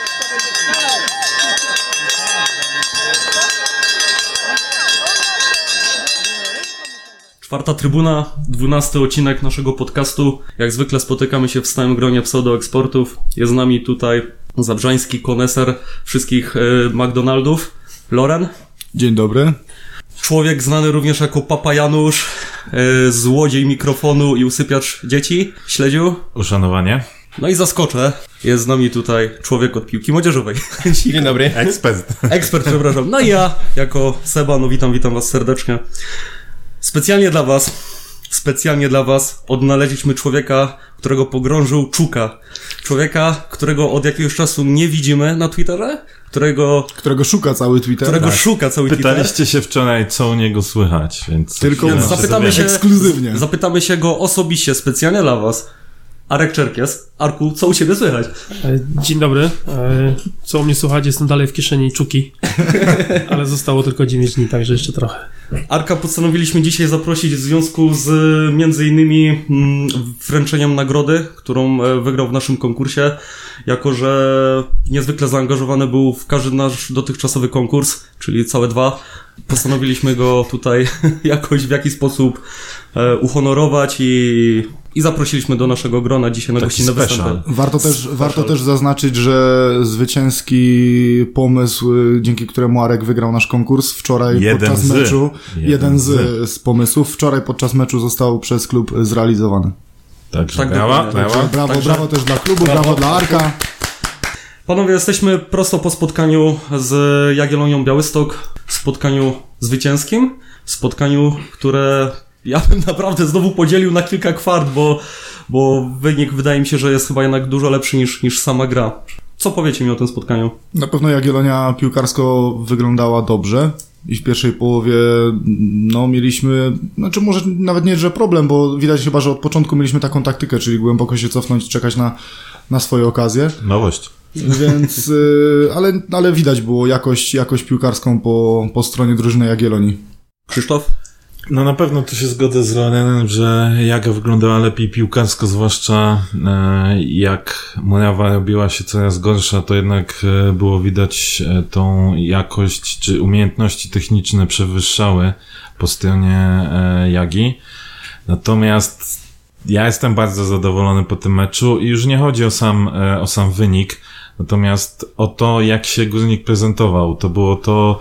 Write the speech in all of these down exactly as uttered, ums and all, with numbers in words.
Czwarta trybuna, dwunasty odcinek naszego podcastu. Jak zwykle spotykamy się w stałym gronie pseudoeksportów. Jest z nami tutaj zabrzański koneser wszystkich y, McDonaldów, Loren. Dzień dobry. Człowiek znany również jako Papa Janusz, y, złodziej mikrofonu i usypiacz dzieci, Śledziu. Uszanowanie. No i zaskoczę, jest z nami tutaj człowiek od piłki młodzieżowej. Dzień dobry. Ekspert. Ekspert, przepraszam. No i ja, jako Seba, no witam, witam was serdecznie. Specjalnie dla was, specjalnie dla was odnaleźliśmy człowieka, którego pogrążył Czuka. Człowieka, którego od jakiegoś czasu nie widzimy na Twitterze, którego... Którego szuka cały Twitter. Którego tak. szuka cały Twitter. Pytaliście się wczoraj, co u niego słychać, więc... Tylko więc zapytamy się, ekskluzywnie. Zapytamy się go osobiście, specjalnie dla was. Arek Czerkies. Arku, co u ciebie słychać? Dzień dobry. Co u mnie słychać? Jestem dalej w kieszeni Czuki. Ale zostało tylko dziewięć dni, także jeszcze trochę. Arka postanowiliśmy dzisiaj zaprosić w związku z między innymi mm, wręczeniem nagrody, którą wygrał w naszym konkursie, jako że niezwykle zaangażowany był w każdy nasz dotychczasowy konkurs, czyli całe dwa. Postanowiliśmy go tutaj jakoś w jakiś sposób e, uhonorować i, i zaprosiliśmy do naszego grona dzisiaj na gościnne występy. Warto też, warto też zaznaczyć, że zwycięski pomysł, dzięki któremu Arek wygrał nasz konkurs wczoraj jeden podczas z. meczu, jeden, jeden z, z. z pomysłów, wczoraj podczas meczu został przez klub zrealizowany. Także tak, brawa, brawa. brawa. Brawo, Także, brawo też dla klubu, brawo, brawo dla Arka. Panowie, jesteśmy prosto po spotkaniu z Jagiellonią Białystok, spotkaniu zwycięskim, spotkaniu, które ja bym naprawdę znowu podzielił na kilka kwart, bo, bo wynik wydaje mi się, że jest chyba jednak dużo lepszy niż, niż sama gra. Co powiecie mi o tym spotkaniu? Na pewno Jagiellonia piłkarsko wyglądała dobrze i w pierwszej połowie no mieliśmy, znaczy może nawet nie, że problem, bo widać chyba, że od początku mieliśmy taką taktykę, czyli głęboko się cofnąć, czekać na, na swoje okazje. Nowość. Więc, y, ale, ale widać było jakość, jakość piłkarską po, po stronie drużyny Jagiellonii. Krzysztof? No na pewno tu się zgodzę z Lorenem, że Jaga wyglądała lepiej piłkarsko, zwłaszcza e, jak Murawa robiła się coraz gorsza, to jednak e, było widać e, tą jakość, czy umiejętności techniczne przewyższały po stronie e, Jagi. Natomiast ja jestem bardzo zadowolony po tym meczu i już nie chodzi o sam, e, o sam wynik, natomiast o to, jak się Górnik prezentował. To było to,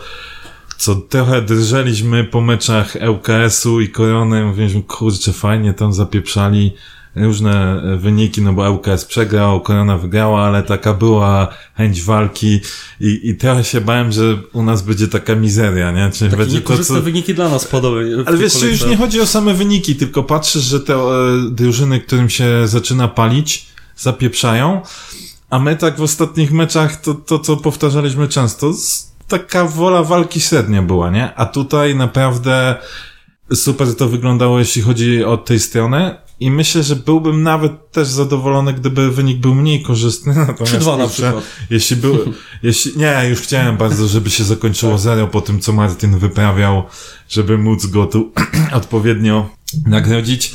co trochę drżeliśmy po meczach L K S-u i Korony. Mówiliśmy, kurczę, fajnie tam zapieprzali różne wyniki, no bo L K S przegrał, Korona wygrała, ale taka była chęć walki i, i trochę się bałem, że u nas będzie taka mizeria, nie? Czyli takie będzie niekorzystne to, co... wyniki dla nas padały. Ale wiesz, już nie chodzi o same wyniki, tylko patrzysz, że te e, drużyny, którym się zaczyna palić, zapieprzają, a my tak w ostatnich meczach, to, to co powtarzaliśmy często, taka wola walki średnia była, nie? A tutaj naprawdę super to wyglądało, jeśli chodzi o tej strony i myślę, że byłbym nawet też zadowolony, gdyby wynik był mniej korzystny. trzy dwa na przykład. Jeśli był, jeśli, nie, już chciałem bardzo, żeby się zakończyło zero po tym, co Martin wyprawiał, żeby móc go tu odpowiednio nagrodzić.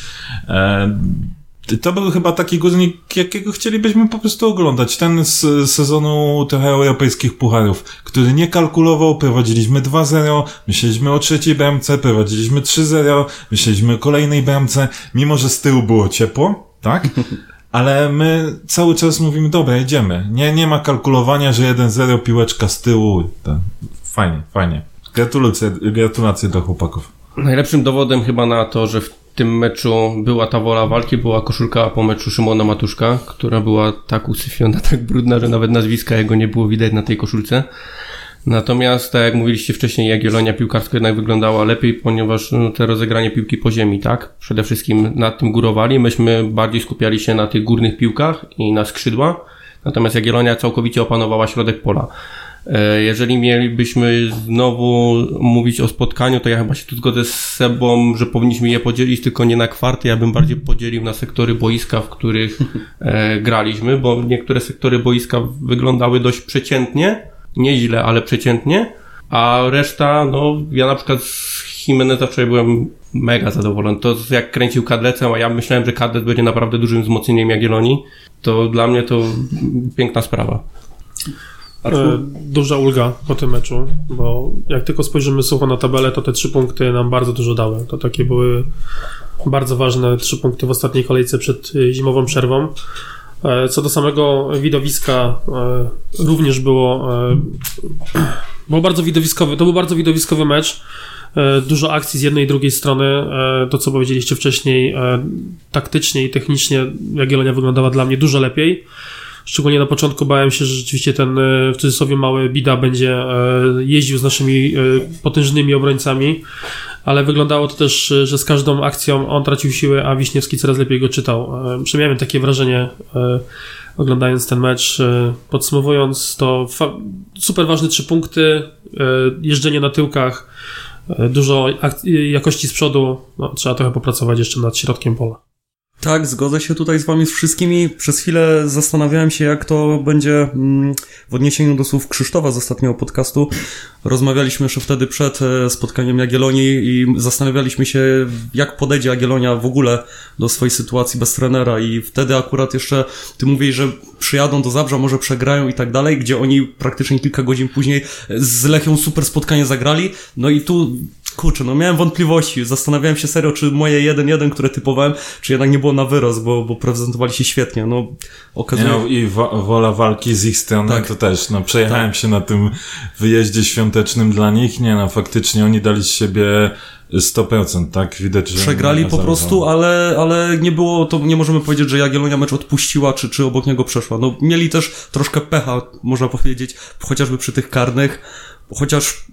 E, To był chyba taki Górnik, jakiego chcielibyśmy po prostu oglądać. Ten z sezonu trochę europejskich pucharów, który nie kalkulował, prowadziliśmy dwa zero, myśleliśmy o trzeciej bramce, prowadziliśmy trzy zero, myśleliśmy o kolejnej bramce, mimo że z tyłu było ciepło, tak? Ale my cały czas mówimy, dobra, jedziemy. Nie, nie ma kalkulowania, że jeden zero, piłeczka z tyłu. To fajnie, fajnie. Gratulacje, gratulacje dla chłopaków. Najlepszym dowodem chyba na to, że w tym meczu była ta wola walki, była koszulka po meczu Szymona Matuszka, która była tak usyfiona, tak brudna, że nawet nazwiska jego nie było widać na tej koszulce. Natomiast, tak jak mówiliście wcześniej, Jagiellonia piłkarsko jednak wyglądała lepiej, ponieważ no, te rozegranie piłki po ziemi, tak? Przede wszystkim nad tym górowali. Myśmy bardziej skupiali się na tych górnych piłkach i na skrzydła. Natomiast Jagiellonia całkowicie opanowała środek pola. Jeżeli mielibyśmy znowu mówić o spotkaniu, to ja chyba się tu zgodzę z Sebą, że powinniśmy je podzielić, tylko nie na kwarty. Ja bym bardziej podzielił na sektory boiska, w których e, graliśmy, bo niektóre sektory boiska wyglądały dość przeciętnie, nieźle, ale przeciętnie, a reszta, no ja na przykład z Jimeneza wczoraj byłem mega zadowolony. To jak kręcił Kadlecem, a ja myślałem, że Kadlec będzie naprawdę dużym wzmocnieniem Jagiellonii, to dla mnie to piękna sprawa. E, duża ulga po tym meczu, bo jak tylko spojrzymy sucho na tabelę, to te trzy punkty nam bardzo dużo dały. To takie były bardzo ważne trzy punkty w ostatniej kolejce przed zimową przerwą. E, co do samego widowiska, e, również było, e, było bardzo widowiskowy, to był bardzo widowiskowy mecz. E, dużo akcji z jednej i drugiej strony. E, to, co powiedzieliście wcześniej, e, taktycznie i technicznie Jagiellonia wyglądała dla mnie dużo lepiej. Szczególnie na początku bałem się, że rzeczywiście ten w cudzysłowie mały Bida będzie jeździł z naszymi potężnymi obrońcami, ale wyglądało to też, że z każdą akcją on tracił siłę, a Wiśniewski coraz lepiej go czytał. Przynajmniej takie wrażenie oglądając ten mecz. Podsumowując, to fa- super ważne trzy punkty, jeżdżenie na tyłkach, dużo ak- jakości z przodu, no, trzeba trochę popracować jeszcze nad środkiem pola. Tak, zgodzę się tutaj z wami z wszystkimi. Przez chwilę zastanawiałem się, jak to będzie mm, w odniesieniu do słów Krzysztofa z ostatniego podcastu. Rozmawialiśmy jeszcze wtedy przed e, spotkaniem Jagiellonii i zastanawialiśmy się, jak podejdzie Jagiellonia w ogóle do swojej sytuacji bez trenera i wtedy akurat jeszcze ty mówisz, że przyjadą do Zabrza, może przegrają i tak dalej, gdzie oni praktycznie kilka godzin później z Lechią super spotkanie zagrali. No i tu kurczę, no miałem wątpliwości, zastanawiałem się serio, czy moje jeden jeden, które typowałem, czy jednak nie było na wyrost, bo, bo prezentowali się świetnie, no okazuje... No, i wo- wola walki z ich strony tak. To też, no przejechałem tak. się na tym wyjeździe świątecznym dla nich, nie no, faktycznie oni dali z siebie sto procent, tak? Widać, że... Przegrali po prostu, ale, ale nie było, to nie możemy powiedzieć, że Jagiellonia mecz odpuściła, czy, czy obok niego przeszła, no mieli też troszkę pecha, można powiedzieć, chociażby przy tych karnych, chociaż...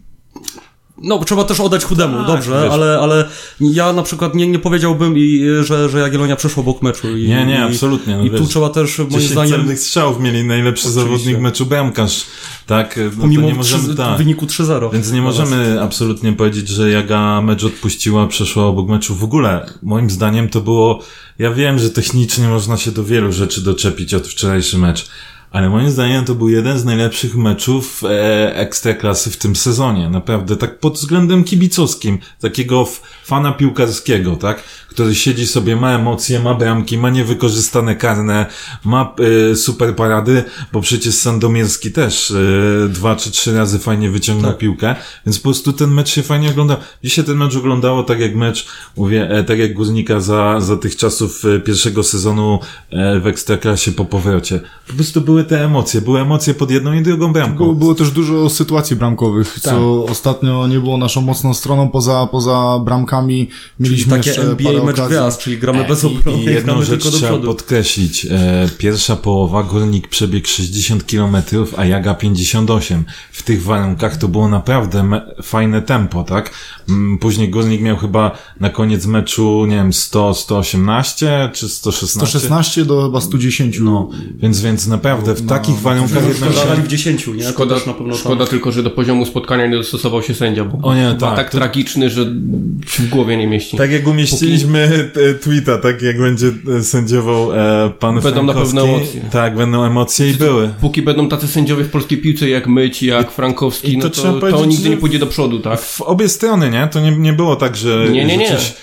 No, trzeba też oddać Chudemu, tak, dobrze, wiesz. ale ale ja na przykład nie, nie powiedziałbym, i, że, że Jagiellonia przeszła obok meczu. I, nie, nie, i, absolutnie. No I wiesz, tu trzeba też, moim zdaniem... celnych strzałów mieli najlepszy oczywiście. zawodnik meczu bramkarz, tak? No pomimo to nie możemy, trzy, tak. wyniku trzy zero. Więc nie możemy absolutnie powiedzieć, że Jaga mecz odpuściła, przeszła obok meczu. W ogóle, moim zdaniem to było... Ja wiem, że technicznie można się do wielu rzeczy doczepić od wczorajszy mecz, ale moim zdaniem to był jeden z najlepszych meczów e, Ekstraklasy w tym sezonie. Naprawdę, tak pod względem kibicowskim, takiego f- fana piłkarskiego, tak? Który siedzi sobie, ma emocje, ma bramki, ma niewykorzystane karne, ma e, super parady, bo przecież Sandomierski też e, dwa czy trzy razy fajnie wyciągnął tak. piłkę, więc po prostu ten mecz się fajnie oglądał. Dzisiaj ten mecz oglądało tak jak mecz, mówię, e, tak jak Górnika za, za tych czasów e, pierwszego sezonu e, w Ekstraklasie po powrocie. Po prostu były te emocje, były emocje pod jedną i drugą bramką. Było, było też dużo sytuacji bramkowych, tak. co ostatnio nie było naszą mocną stroną, poza, poza bramkami mieliśmy czyli takie jeszcze N B A mecz gwiazd, czyli gramy e, bez obrony. I, i jedną rzecz trzeba podkreślić. E, pierwsza połowa Górnik przebiegł sześćdziesiąt kilometrów, a Jaga pięćdziesiąt osiem. W tych warunkach to było naprawdę me- fajne tempo, tak? Później Górnik miał chyba na koniec meczu, nie wiem, sto, sto osiemnaście czy sto szesnaście? sto szesnaście do chyba sto dziesięć. No, więc, więc naprawdę w no, takich no, warunkach jednak się... w dziesięciu, nie? Szkoda, na pewno szkoda tam... tylko, że do poziomu spotkania nie dostosował się sędzia, bo o nie, był tak, tak to... tragiczny, że się w głowie nie mieści. Tak jak umieściliśmy Póki... tweeta, tak jak będzie sędziował e, pan Będą Frankowski. na pewno emocje. Tak, będą emocje i były. Póki będą tacy sędziowie w polskiej piłce jak Myć, jak Frankowski, I to, no to, to nigdy nie pójdzie do przodu, tak? W obie strony, nie? To nie, nie było tak, że nie, nie, nie. Rzucić,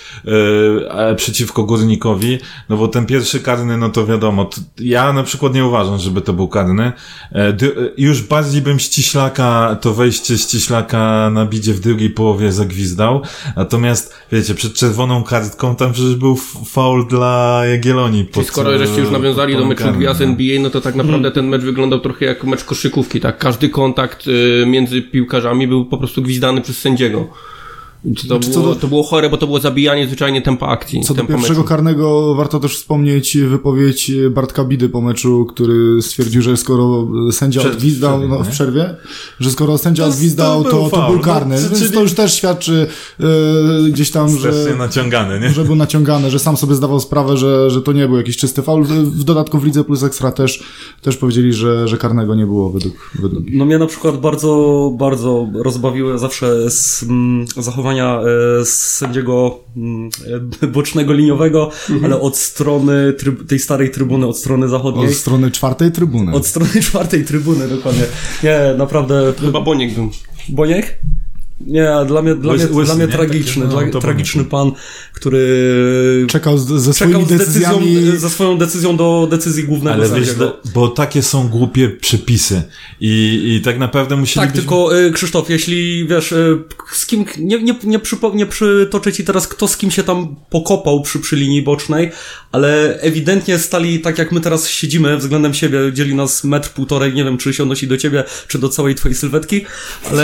e, przeciwko Górnikowi, no bo ten pierwszy karny, no to wiadomo, to ja na przykład nie uważam, żeby to był karny. E, d- już bardziej bym Ściślaka, to wejście Ściślaka na bidzie w drugiej połowie zagwizdał, natomiast wiecie, przed czerwoną kartką tam przecież był faul dla Jagiellonii. Pod, skoro żeście już nawiązali do meczu gwiazd N B A, no to tak naprawdę hmm. ten mecz wyglądał trochę jak mecz koszykówki, tak? Każdy kontakt y, między piłkarzami był po prostu gwizdany przez sędziego. To, znaczy, było, do, to było chore, bo to było zabijanie zwyczajnie tempa akcji. Co do pierwszego meczu. Karnego warto też wspomnieć wypowiedź Bartka Bidy po meczu, który stwierdził, że skoro sędzia Przed, odgwizdał w przerwie, no, w przerwie, że skoro sędzia to, odgwizdał, to, to, to był karny. No, więc to już też świadczy yy, gdzieś tam, że, naciągany, nie? że był naciągany, że sam sobie zdawał sprawę, że, że to nie był jakiś czysty faul. W dodatku w Lidze Plus Ekstra też, też powiedzieli, że, że karnego nie było według, według No mnie na przykład bardzo, bardzo rozbawiły zawsze z, m, zachowania z sędziego bocznego liniowego, mhm. ale od strony tryb, tej starej trybuny, od strony zachodniej. Od strony czwartej trybuny. Od strony czwartej trybuny, dokładnie. Nie, naprawdę. Chyba Boniek był. Boniek? Nie, dla mnie, dla Łysy, mnie, łysy, dla mnie nie? tragiczny, Taki, no, dla, to tragiczny pan, który Czekał z, ze swoimi czekał z decyzją, decyzjami. ze swoją decyzją do decyzji głównego Ale wiesz, sędziego. bo takie są głupie przepisy i, i tak naprawdę musieli Tak, tylko y, Krzysztof, jeśli wiesz, y, z kim, nie, nie, nie, przypo, nie przytoczę ci teraz, kto z kim się tam pokopał przy, przy linii bocznej, ale ewidentnie stali tak, jak my teraz siedzimy względem siebie, dzieli nas metr, półtorej, nie wiem, czy się odnosi do ciebie, czy do całej twojej sylwetki, ale,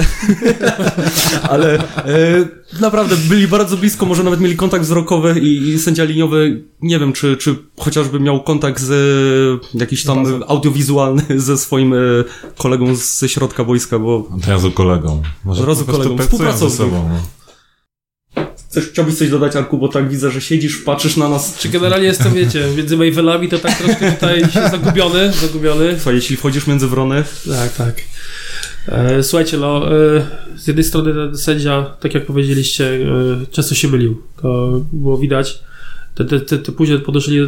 ale y, naprawdę byli bardzo blisko, może nawet mieli kontakt wzrokowy i, i sędzia liniowy, nie wiem, czy, czy chociażby miał kontakt z y, jakiś tam audiowizualny ze swoim y, kolegą ze środka wojska, bo Od razu kolegą. Może Od razu po prostu kolegą, pracują ze współpracownik. sobą. No. Coś, chciałbyś coś dodać, Arku, bo tak widzę, że siedzisz, patrzysz na nas. Czy generalnie jestem, wiecie, między Mavelami to tak troszkę tutaj się zagubiony, zagubiony. Słuchaj, jeśli wchodzisz między wrony, Tak, tak. E, słuchajcie, no, e, z jednej strony ten sędzia, tak jak powiedzieliście, e, często się mylił. To było widać. Te, te, te, te później podnoszenie e,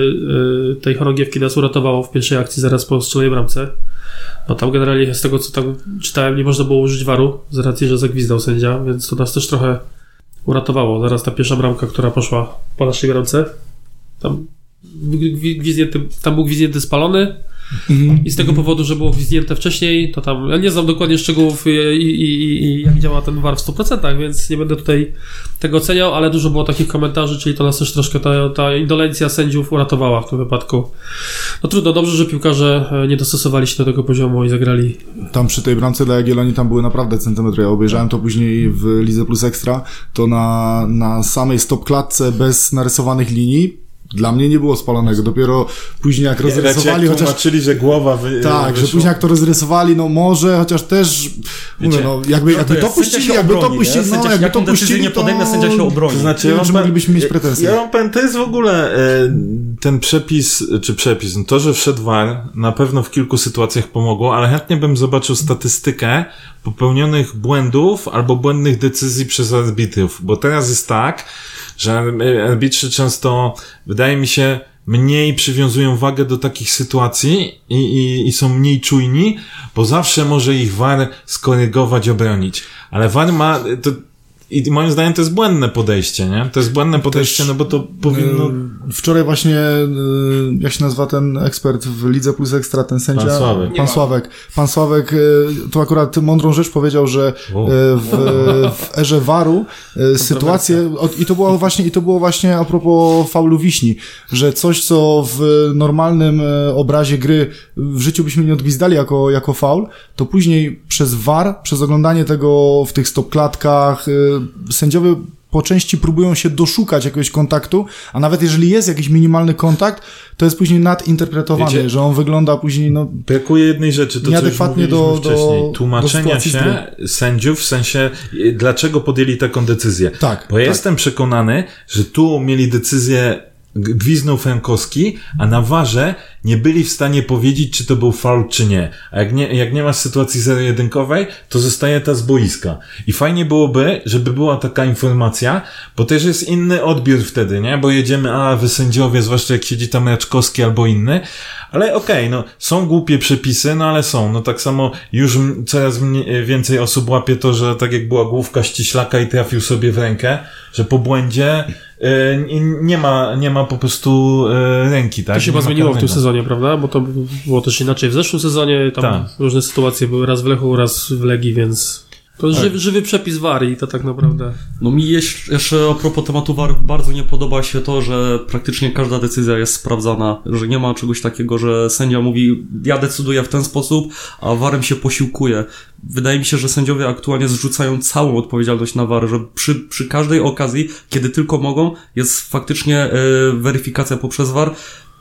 e, tej chorągiewki nas uratowało w pierwszej akcji zaraz po strzelonej bramce. No tam generalnie z tego, co tam czytałem, nie można było użyć waru z racji, że zagwizdał sędzia, więc to nas też trochę uratowało. Zaraz ta pierwsza bramka, która poszła po naszej bramce, tam, gwizdnięty, tam był gwizdnięty spalony. Mhm. I z tego powodu, że było gwizdnięte wcześniej, to tam, ja nie znam dokładnie szczegółów i, i, i, i jak działa ten war w stu procentach, więc nie będę tutaj tego oceniał, ale dużo było takich komentarzy, czyli to nas też troszkę ta, ta indolencja sędziów uratowała w tym wypadku. No trudno, dobrze, że piłkarze nie dostosowali się do tego poziomu i zagrali. Tam przy tej bramce dla Jagiellonii tam były naprawdę centymetry. Ja obejrzałem to później w Lidze Plus Ekstra, to na, na samej stopklatce bez narysowanych linii dla mnie nie było spalonego. Dopiero później jak rozrysowali, jak chociaż... tłumaczyli, że głowa wy, Tak, wyszła. że później jak to rozrysowali, no może, chociaż też mówię, Wiecie, no jakby, jakby to jest, puścili, sędzia się jakby obroni, to puścili, nie? no Sędzia, jakby jaką to decyzję puścili, nie to... podejmie, sędzia się obroni. To znaczy, Nie ja wiem, czy mam- moglibyśmy mieć pretensje. Ja mam powiem, to jest w ogóle e, ten przepis, czy przepis, no to, że wszedł war, na pewno w kilku sytuacjach pomogło, ale chętnie bym zobaczył statystykę popełnionych błędów albo błędnych decyzji przez arbitrów, bo teraz jest tak, że arbitrzy często, wydaje mi się, mniej przywiązują wagę do takich sytuacji i, i, i są mniej czujni, bo zawsze może ich war skorygować, obronić. Ale war ma, to, i moim zdaniem to jest błędne podejście, nie? To jest błędne podejście, Też, no bo to powinno... Yy, Wczoraj właśnie, yy, jak się nazywa ten ekspert w Lidze Plus Ekstra, ten sędzia? Pan Sławek. Pan Sławek. Pan Sławek yy, to akurat mądrą rzecz powiedział, że O. yy, w, w erze waru yy, sytuacje, o, i to było właśnie, i to było właśnie a propos faulu Wiśni, że coś, co w normalnym yy, obrazie gry w życiu byśmy nie odgwizdali jako, jako faul, to później przez war, przez oglądanie tego w tych stopklatkach, yy, sędziowie po części próbują się doszukać jakiegoś kontaktu, a nawet jeżeli jest jakiś minimalny kontakt, to jest później nadinterpretowane, Wiecie, że on wygląda później, no... Brakuje jednej rzeczy, to co już Nieadekwatnie mówiliśmy do- do- wcześniej. do Tłumaczenia sytuacji się sędziów, w sensie y, dlaczego podjęli taką decyzję. Tak, Bo ja tak. jestem przekonany, że tu mieli decyzję, g- gwizdnął Frankowski, a na warze nie byli w stanie powiedzieć, czy to był faul, czy nie. A jak nie, jak nie masz sytuacji zero-jedynkowej, to zostaje ta z boiska. I fajnie byłoby, żeby była taka informacja, bo też jest inny odbiór wtedy, nie? Bo jedziemy, a wy sędziowie, zwłaszcza jak siedzi tam Raczkowski albo inny, ale okej, okay, no są głupie przepisy, no ale są. No tak samo już m- coraz mniej, więcej osób łapie to, że tak jak była główka ściślaka i trafił sobie w rękę, że po błędzie y, nie ma, nie ma po prostu y, ręki, tak? To się Nie chyba ma zmieniło w tym karnego. sezonie, prawda? Bo to było też inaczej w zeszłym sezonie, tam Tak. różne sytuacje były, raz w Lechu, raz w Legii, więc to jest żywy, żywy przepis war i to tak naprawdę... no mi jeszcze, jeszcze a propos tematu war bardzo nie podoba się to, że praktycznie każda decyzja jest sprawdzana, że nie ma czegoś takiego, że sędzia mówi, ja decyduję w ten sposób, a warem się posiłkuje. Wydaje mi się, że sędziowie aktualnie zrzucają całą odpowiedzialność na war, że przy, przy każdej okazji, kiedy tylko mogą, jest faktycznie y, weryfikacja poprzez war.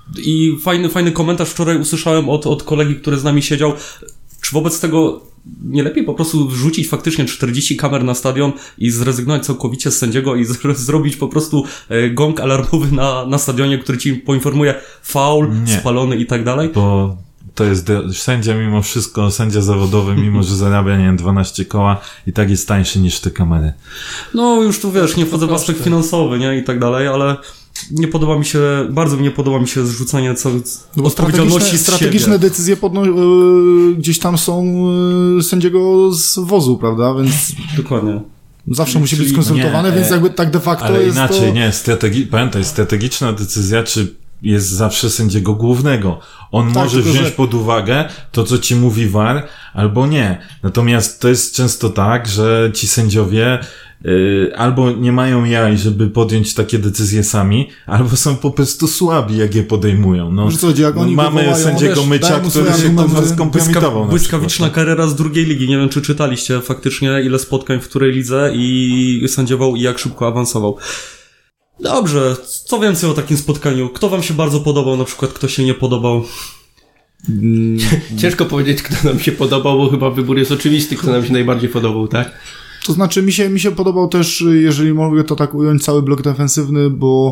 I fajny, fajny komentarz wczoraj usłyszałem od, od kolegi, który z nami siedział. Czy wobec tego nie lepiej po prostu wrzucić faktycznie czterdzieści kamer na stadion i zrezygnować całkowicie z sędziego i z, zrobić po prostu e, gong alarmowy na, na stadionie, który ci poinformuje faul, Nie. spalony i tak dalej? Bo to jest de- sędzia mimo wszystko, sędzia zawodowy, mimo że zarabia, nie wiem, dwanaście koła i tak jest tańszy niż te kamery. No już tu wiesz, nie wchodzę w aspekt finansowy, nie, i tak dalej, ale nie podoba mi się, bardzo nie podoba mi się zrzucanie co, no odpowiedzialności z strategiczne siebie. decyzje podno- yy, gdzieś tam są yy, sędziego z wozu, prawda, więc Dokładnie. zawsze musi być Czyli- skonsultowane, nie, więc jakby tak de facto Ale jest inaczej, to... nie, strategi- pamiętaj, strategiczna decyzja, czy jest zawsze sędziego głównego. On Tak, może tylko, wziąć że- pod uwagę to, co ci mówi V A R, albo nie. Natomiast to jest często tak, że ci sędziowie y, albo nie mają jaj, żeby podjąć takie decyzje sami, albo są po prostu słabi, jak je podejmują. No, Że co, jak no oni mamy wywołają, sędziego wiesz, mycia, dają mu który swoje się tam argumenty. skompromitował. na Błyskawiczna przykład. kariera z drugiej ligi. Nie wiem, czy czytaliście faktycznie, ile spotkań w której lidze i sędziował i jak szybko awansował. Dobrze, co więcej o takim spotkaniu? Kto wam się bardzo podobał, na przykład kto się nie podobał? Ciężko powiedzieć, kto nam się podobał, bo chyba wybór jest oczywisty, kto nam się najbardziej podobał, tak? To znaczy mi się, mi się podobał też, jeżeli mogę to tak ująć, cały blok defensywny, bo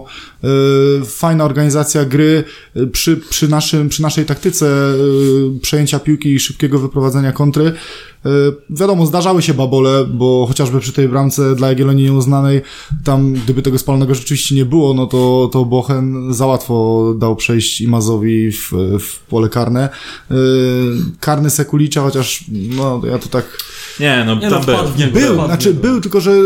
y, fajna organizacja gry y, przy, przy, naszym, przy naszej taktyce y, przejęcia piłki i szybkiego wyprowadzenia kontry. Y, wiadomo, zdarzały się babole, bo chociażby przy tej bramce dla Jagiellonii nieuznanej, tam gdyby tego spalonego rzeczywiście nie było, no to, to Bochen za łatwo dał przejść Imazowi w, w pole karne. Y, karny Sekulicza, chociaż no ja to tak... Nie, no, Nie, tam no, był. wpadł w niego. Był, Wpadł w znaczy niego. był, tylko że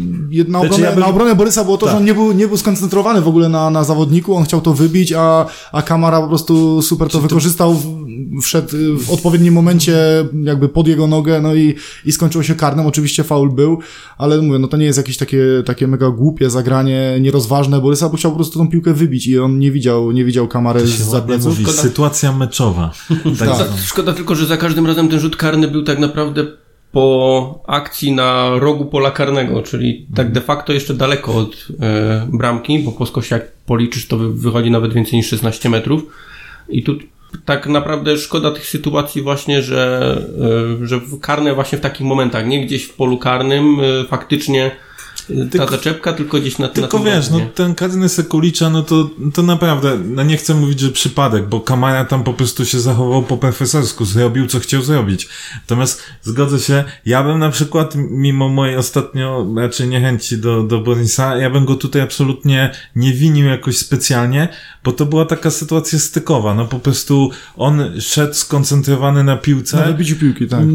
na Znaczy, obronę, ja bym- na obronę Borysa było to, Tak. że on nie był, nie był skoncentrowany w ogóle na, na zawodniku, on chciał to wybić, a, a Kamara po prostu super to wykorzystał, w, wszedł w odpowiednim momencie jakby pod jego nogę, no i, i skończyło się karnym, oczywiście faul był, ale mówię, no to nie jest jakieś takie, takie mega głupie zagranie, nierozważne Borysa, bo chciał po prostu tą piłkę wybić i on nie widział, nie widział Kamary się z ładnie pleców. mówi, sytuacja meczowa. Tak. Tak. Szkoda tylko, że za każdym razem ten rzut karny był tak naprawdę po akcji na rogu pola karnego, czyli tak de facto jeszcze daleko od e, bramki, bo po skosie jak policzysz, to wy, wychodzi nawet więcej niż szesnaście metrów. I tu tak naprawdę szkoda tych sytuacji właśnie, że, e, że karne właśnie w takich momentach, nie gdzieś w polu karnym e, faktycznie e, ta Tylko- zaczepka, tylko gdzieś na, Tylko na tym wiesz, rogu, no nie? ten karny Sekulicza, no to, to naprawdę, no nie chcę mówić, że przypadek, bo Kamara tam po prostu się zachował po profesorsku, zrobił co chciał zrobić. Natomiast zgodzę się, ja bym na przykład, mimo mojej ostatnio raczej niechęci do, do Borysa, ja bym go tutaj absolutnie nie winił jakoś specjalnie, bo to była taka sytuacja stykowa, no po prostu on szedł skoncentrowany na piłce. Na wybiciu piłki, tak.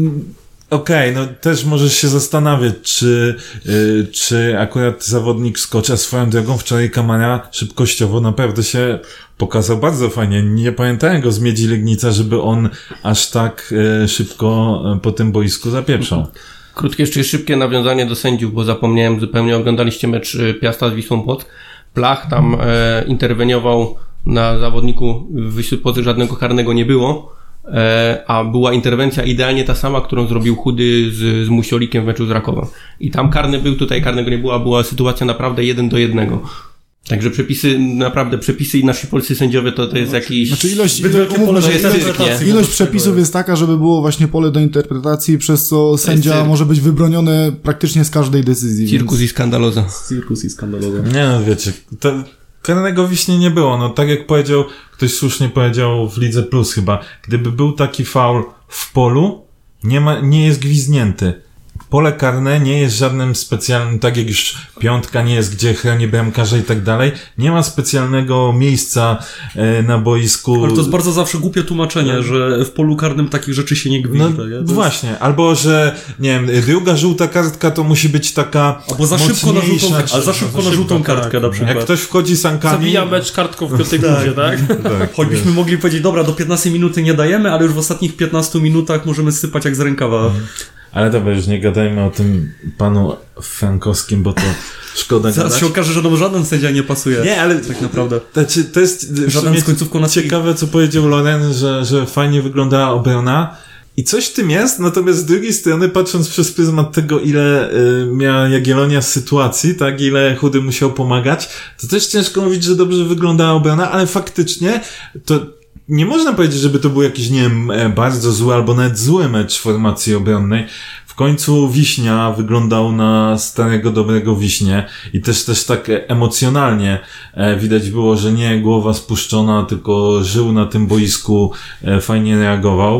Okej, no też możesz się zastanawiać, czy, y, czy akurat zawodnik skocza swoją drogą. Wczoraj Kamara szybkościowo naprawdę się pokazał bardzo fajnie. Nie pamiętałem go z Miedzi Legnica, żeby on aż tak y, szybko y, po tym boisku zapieprzał. Krótkie, jeszcze szybkie nawiązanie do sędziów, bo zapomniałem zupełnie, oglądaliście mecz e, Piasta z Wisłą Płock. Plach tam e, interweniował na zawodniku, w Wisły Płock żadnego karnego nie było, e, a była interwencja idealnie ta sama, którą zrobił Chudy z, z Musiolikiem w meczu z Rakowem. I tam karny był, tutaj karnego nie było, a była sytuacja naprawdę jeden do jednego. Także przepisy, naprawdę przepisy i nasi polscy sędziowie to, to jest jakiś... Znaczy ilość, Zbyt ilość, wielkie umówmy pole się, do ilość, interpretacji ilość wobec tego przepisów jest taka, żeby było właśnie pole do interpretacji, przez co sędzia cyrk. może być wybroniony praktycznie z każdej decyzji. Cirkus Więc... i skandaloza. Cirkus i skandalowy. Nie no, wiecie, to karnego Wiśni nie było. No tak jak powiedział, ktoś słusznie powiedział w Lidze Plus chyba, gdyby był taki faul w polu, nie ma, nie jest gwizdnięty. Pole karne nie jest żadnym specjalnym, tak jak już piątka nie jest, gdzie chroni bramkarza i tak dalej. Nie ma specjalnego miejsca e, na boisku. Ale to jest bardzo zawsze głupie tłumaczenie, że w polu karnym takich rzeczy się nie No gwizda. nie? To jest- właśnie, albo że, nie wiem, druga żółta kartka to musi być taka Albo za szybko na żółtą, mocniejsza, ale za szybko na żółtą kartkę na przykład. Jak ktoś wchodzi sankami... Zabija mecz kartką w piątej rundzie, tak? Tak, Choćbyśmy mogli powiedzieć, dobra, do piętnastej minuty nie dajemy, ale już w ostatnich piętnastu minutach możemy sypać jak z rękawa. Ale dobra, już nie gadajmy o tym panu Frankowskim, bo to szkoda Zaraz gadać. się okaże, że nam żaden sędzia nie pasuje. Nie, ale tak naprawdę. Znaczy, to jest w Żaden sumie z końcówką na ciekawe, co powiedział Loren, że, że fajnie wyglądała obrona. I coś w tym jest, natomiast z drugiej strony, patrząc przez pryzmat tego, ile y, miała Jagiellonia sytuacji, tak, ile Chudy musiał pomagać, to też ciężko mówić, że dobrze wyglądała obrona, ale faktycznie to nie można powiedzieć, żeby to był jakiś, nie wiem, bardzo zły albo nawet zły mecz formacji obronnej. W końcu Wiśnia wyglądał na starego, dobrego Wiśnie i też też tak emocjonalnie e, widać było, że nie głowa spuszczona, tylko żył na tym boisku, e, fajnie reagował.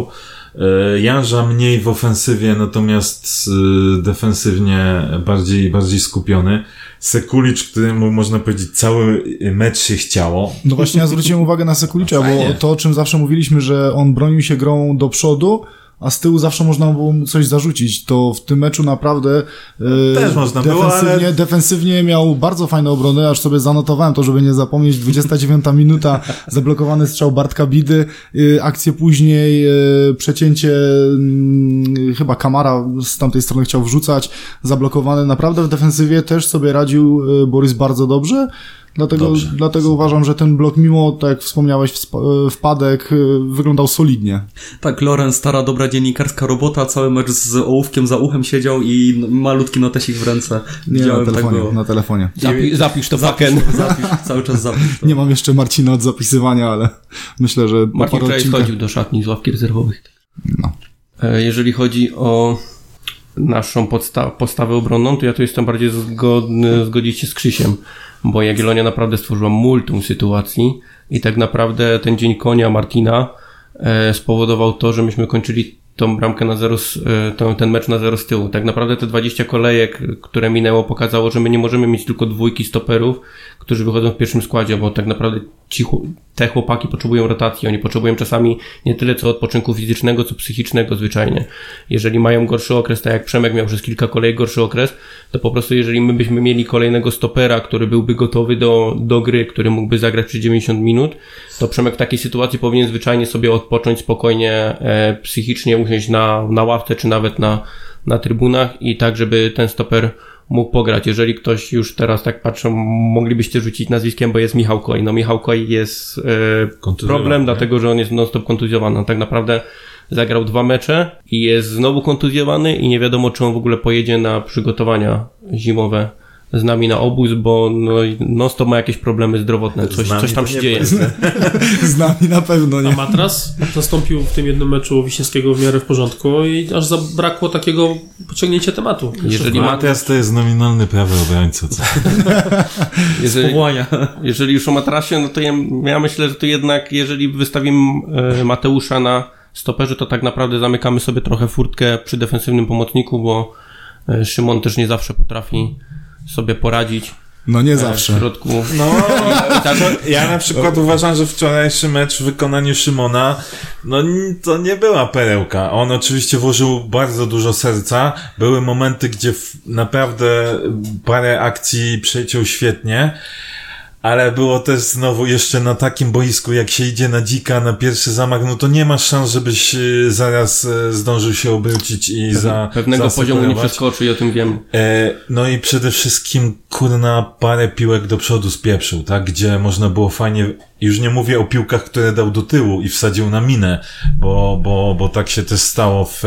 Janża mniej w ofensywie, natomiast defensywnie bardziej, bardziej skupiony. Sekulicz, któremu można powiedzieć cały mecz się chciało. No właśnie ja zwróciłem uwagę na Sekulicza, bo to, o czym zawsze mówiliśmy, że on bronił się grą do przodu, a z tyłu zawsze można było mu coś zarzucić, to w tym meczu naprawdę e, też można defensywnie, było, ale... defensywnie miał bardzo fajne obrony, aż sobie zanotowałem to, żeby nie zapomnieć, dwudziesta dziewiąta minuta, zablokowany strzał Bartka Bidy, e, akcję później, e, przecięcie e, chyba Kamara z tamtej strony chciał wrzucać, zablokowany, naprawdę w defensywie też sobie radził e, Borys bardzo dobrze. Dlatego, Dobrze. dlatego uważam, że ten blok, mimo, tak jak wspomniałeś, wpadek, wyglądał solidnie. Tak, Loren, stara, dobra dziennikarska robota, cały mecz z ołówkiem za uchem siedział i malutki notesik w ręce. Nie, na telefonie, tak na telefonie. Zapi- zapisz to zapisz, faken. Zapisz, cały czas zapisz to. Nie mam jeszcze Marcina od zapisywania, ale myślę, że... Marcin wczoraj schodził do szatni z ławki rezerwowych. No. Jeżeli chodzi o naszą podsta- postawę obronną, to ja tu jestem bardziej zgodny, zgodzić się z Krzysiem, bo Jagiellonia naprawdę stworzyła multum sytuacji i tak naprawdę ten dzień konia Martina e, spowodował to, że myśmy kończyli tą bramkę na zero, e, ten, ten mecz na zero z tyłu. Tak naprawdę te dwadzieścia kolejek, które minęło, pokazało, że my nie możemy mieć tylko dwójki stoperów, którzy wychodzą w pierwszym składzie, bo tak naprawdę ci, te chłopaki potrzebują rotacji, oni potrzebują czasami nie tyle co odpoczynku fizycznego, co psychicznego zwyczajnie. Jeżeli mają gorszy okres, tak jak Przemek miał przez kilka kolejek gorszy okres, to po prostu jeżeli my byśmy mieli kolejnego stopera, który byłby gotowy do, do gry, który mógłby zagrać przez dziewięćdziesiąt minut, to Przemek w takiej sytuacji powinien zwyczajnie sobie odpocząć spokojnie, e, psychicznie usiąść na, na ławce, czy nawet na, na trybunach i tak, żeby ten stoper mógł pograć. Jeżeli ktoś już teraz tak patrzą, moglibyście rzucić nazwiskiem, bo jest Michał Koj. No Michał Koj jest e, problem, nie? Dlatego że on jest non-stop kontuzjowany. On tak naprawdę zagrał dwa mecze i jest znowu kontuzjowany i nie wiadomo, czy on w ogóle pojedzie na przygotowania zimowe z nami na obóz, bo no, non-stop ma jakieś problemy zdrowotne. Coś, coś tam się dzieje. Z nami na pewno nie. A Matras zastąpił w tym jednym meczu Wiśniewskiego w miarę w porządku i aż zabrakło takiego pociągnięcia tematu. Jeżeli Matras to jest nominalny prawy obrońca. Co? jeżeli, jeżeli już o Matrasie, no to ja, ja myślę, że to jednak, jeżeli wystawimy e, Mateusza na stoperze, to tak naprawdę zamykamy sobie trochę furtkę przy defensywnym pomocniku, bo e, Szymon też nie zawsze potrafi sobie poradzić. No nie zawsze. W środku. No, ja na przykład uważam, że wczorajszy mecz w wykonaniu Szymona, no to nie była perełka. On oczywiście włożył bardzo dużo serca. Były momenty, gdzie naprawdę parę akcji przeciął świetnie. Ale było też znowu jeszcze na takim boisku, jak się idzie na dzika, na pierwszy zamach, no to nie ma szans, żebyś zaraz zdążył się obrócić i za pewnego poziomu nie przeskoczy i o tym wiem. E, no i przede wszystkim, kurna, parę piłek do przodu spieprzył, tak? Gdzie można było fajnie, już nie mówię o piłkach, które dał do tyłu i wsadził na minę, bo, bo, bo tak się też stało w,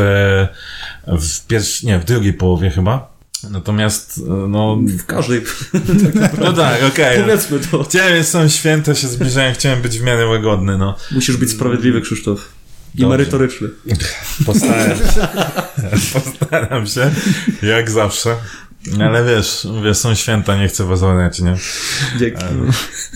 w pierwszej, nie, w drugiej połowie chyba. Natomiast, no... W każdej... no tak, okej. Okay. Powiedzmy to. Chciałem, są święta, się zbliżają, chciałem być w miarę łagodny, no. Musisz być sprawiedliwy, Krzysztof. I Dobrze. merytoryczny. Postaram się. Postaram się, jak zawsze. Ale wiesz, mówię, są święta, nie chcę was orać, nie? Dzięki. Ale...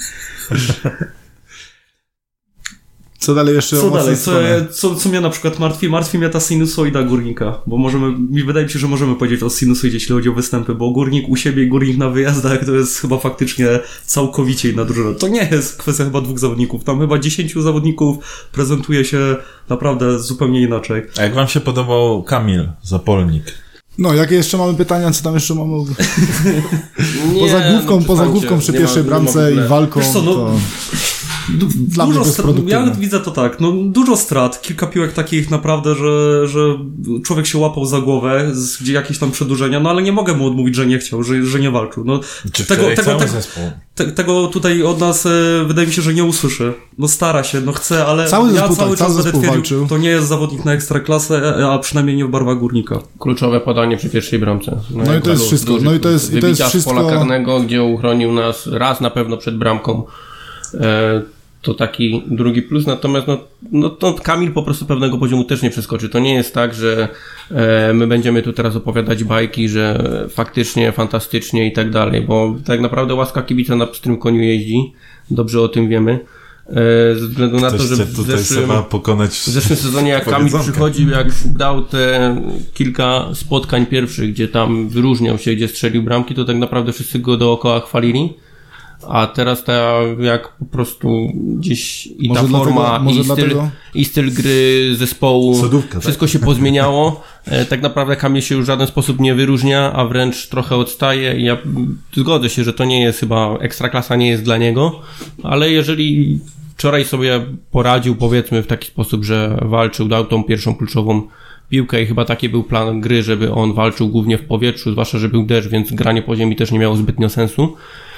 Co dalej jeszcze? Co dalej? Co, co, co mnie na przykład martwi? Martwi mnie ta sinusoida Górnika, bo możemy, mi wydaje mi się, że możemy powiedzieć o sinusoidzie, jeśli chodzi o występy, bo Górnik u siebie i Górnik na wyjazdach to jest chyba faktycznie całkowicie inna drużyna. To nie jest kwestia chyba dwóch zawodników, tam chyba dziesięciu zawodników prezentuje się naprawdę zupełnie inaczej. A jak wam się podobał Kamil Zapolnik? No, jakie jeszcze mamy pytania? Co tam jeszcze mamy? Nie, poza główką, no, poza główką przy pierwszej ma, bramce i walką. Wiesz co, no, to... Du- Dla dużo mnie strat, ja widzę to tak, no dużo strat, kilka piłek takich naprawdę, że, że człowiek się łapał za głowę, z, gdzie jakieś tam przedłużenia, no ale nie mogę mu odmówić, że nie chciał, że, że nie walczył. No, Czy tego, tego, cały tego, zespół? te, tego tutaj od nas e, wydaje mi się, że nie usłyszy. No stara się, no chce, ale cały ja zespół, cały tak, czas cały będę twierdził, walczył. To nie jest zawodnik na ekstraklasę, a przynajmniej nie w barwach Górnika. Kluczowe podanie przy pierwszej bramce. No, no i to jest wszystko. No i to jest, i to jest wszystko. z pola karnego, gdzie uchronił nas raz na pewno przed bramką. E, to taki drugi plus, natomiast no, no to Kamil po prostu pewnego poziomu też nie przeskoczy. To nie jest tak, że e, my będziemy tu teraz opowiadać bajki, że faktycznie, fantastycznie i tak dalej, bo tak naprawdę łaska kibica na pstrym koniu jeździ, dobrze o tym wiemy, ze względu na Ktoś to, że cię w tutaj zeszłym, trzeba pokonać w zeszłym sezonie jak Kamil przychodził, jak dał te kilka spotkań pierwszych, gdzie tam wyróżniał się, gdzie strzelił bramki, to tak naprawdę wszyscy go dookoła chwalili. A teraz ta, jak po prostu gdzieś i może ta forma, dlatego, i, styl, dlatego... i styl gry zespołu, Sodówka, wszystko tak? się pozmieniało. E, tak naprawdę Kamil się już w żaden sposób nie wyróżnia, a wręcz trochę odstaje i ja zgodzę się, że to nie jest chyba, ekstraklasa nie jest dla niego, ale jeżeli wczoraj sobie poradził, powiedzmy w taki sposób, że walczył, dał tą pierwszą kluczową piłkę i chyba taki był plan gry, żeby on walczył głównie w powietrzu, zwłaszcza, że był deszcz, więc granie po ziemi też nie miało zbytnio sensu.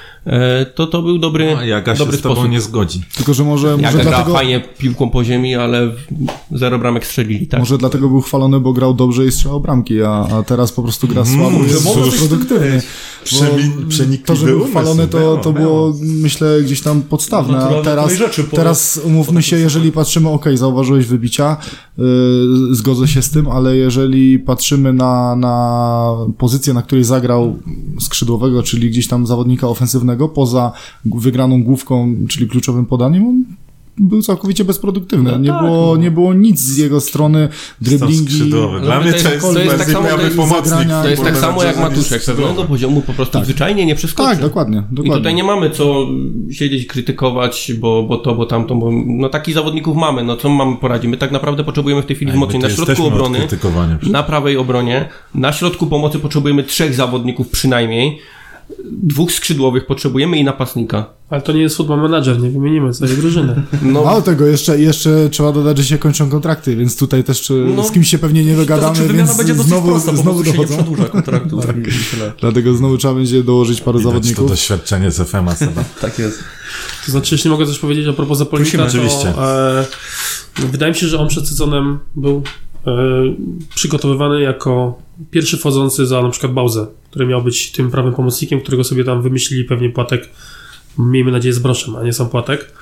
To to był dobry, no, Jaga dobry się z tobą sposób. nie zgodzi. Tylko, że może, może Jaga dlatego... gra fajnie piłką po ziemi, ale zero bramek strzelili, tak? Może dlatego był chwalony, bo grał dobrze i strzelał bramki, a, a teraz po prostu gra słabo i jest może produktywny. Przemi- To, że był umysł, chwalony, to, miało, to było, myślę, gdzieś tam podstawne, a Naturalne teraz, rzeczy po- teraz umówmy się, jeżeli patrzymy, okej, okay, zauważyłeś wybicia, yy, zgodzę się z tym, ale jeżeli patrzymy na, na pozycję, na której zagrał skrzydłowego, czyli gdzieś tam zawodnika ofensywnego, poza wygraną główką, czyli kluczowym podaniem, on był całkowicie bezproduktywny. No nie, tak, było, nie było nic z jego strony, driblingi. Dla No, mnie to jest- to jest, to jest tak samo, to bardziej jest pomocnik. zagrania- To jest tak samo jak Matuszek. Matuszek, z pewnego poziomu po prostu Tak. zwyczajnie nie przeskoczy. Tak, dokładnie, dokładnie. I tutaj nie mamy co siedzieć, krytykować, bo, bo to, bo tamto, bo no takich zawodników mamy, no co mamy poradzić? My tak naprawdę potrzebujemy w tej chwili wzmocnień na środku obrony, na prawej obronie, na środku pomocy potrzebujemy trzech zawodników przynajmniej, dwóch skrzydłowych potrzebujemy i napastnika. Ale to nie jest football manager, nie wymienimy całej drużyny. No, Mało tego, jeszcze, jeszcze trzeba dodać, że się kończą kontrakty, więc tutaj też czy, No, z kimś się pewnie nie To dogadamy, znaczy wymiana więc będzie dosyć znowu, prosta, znowu bo się nie dochodzą. przedłuża kontraktu. tak. Dlatego znowu trzeba będzie dołożyć paru Widać to zawodników. doświadczenie z F M a Seba. Tak jest. To znaczy, jeśli mogę coś powiedzieć a propos Zapolnika, to oczywiście. e, wydaje mi się, że on przed sezonem był e, przygotowywany jako pierwszy wchodzący za na przykład Bauzę, który miał być tym prawym pomocnikiem, którego sobie tam wymyślili pewnie Płatek, miejmy nadzieję z Broszem, a nie sam Płatek.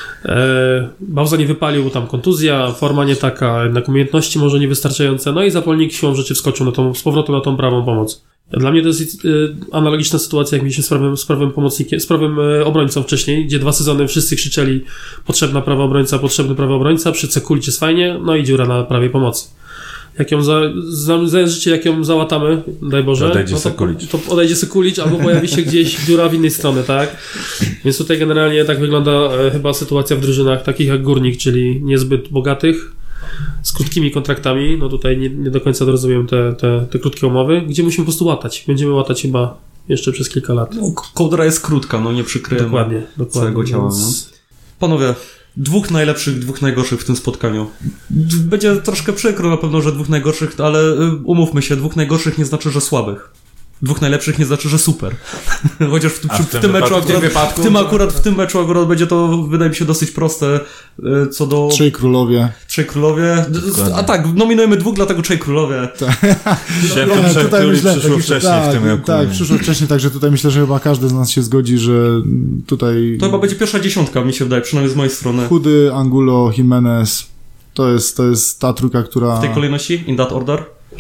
E, Bauza nie wypalił, tam kontuzja, forma nie taka, jednak umiejętności może niewystarczające, no i Zapolnik siłą rzeczy wskoczył na tą, z powrotem na tą prawą pomoc. Dla mnie to jest y, analogiczna sytuacja, jak mieliśmy z prawym, z prawym pomocnikiem, z prawym y, obrońcą wcześniej, gdzie dwa sezony wszyscy krzyczeli potrzebna prawa obrońca, potrzebny prawy obrońca, przy Cekulić jest fajnie, no i dziura na prawej pomocy. Jak ją za, za, za życie, jak ją załatamy, daj Boże, Odejdzie no to, Sekulić. to odejdzie Sekulić, albo pojawi się gdzieś dziura w innej stronie, tak? Więc tutaj generalnie tak wygląda e, chyba sytuacja w drużynach takich jak Górnik, czyli niezbyt bogatych, z krótkimi kontraktami, no tutaj nie, nie do końca rozumiem te, te, te krótkie umowy, gdzie musimy po prostu łatać. Będziemy łatać chyba jeszcze przez kilka lat. No, kołdra jest krótka, no nie przykryjemy Dokładnie, dokładnie. całego ciała. Więc... No. Panowie, dwóch najlepszych, dwóch najgorszych w tym spotkaniu. Będzie troszkę przykro na pewno, że dwóch najgorszych, ale y, umówmy się, dwóch najgorszych nie znaczy, że słabych. Dwóch najlepszych nie znaczy, że super. Chociaż w, przy, w w, tym tym meczu wypadku- akurat, w tym wypadku- w tym akurat w tym meczu akurat będzie to, wydaje mi się, dosyć proste y, co do Trzej królowie. Trzej Królowie. A tak, nominujemy dwóch, dlatego Trzej Królowie. Święto Nie, przed, który myślę- przyszło taki- wcześniej tak, w tym roku. Tak, przyszło wcześniej, także tutaj myślę, że chyba każdy z nas się zgodzi, że tutaj To chyba będzie pierwsza dziesiątka, mi się wydaje, przynajmniej z mojej strony. Chudy, Angulo, Jimenez, to jest, to jest ta trójka, która... W tej kolejności? In that order?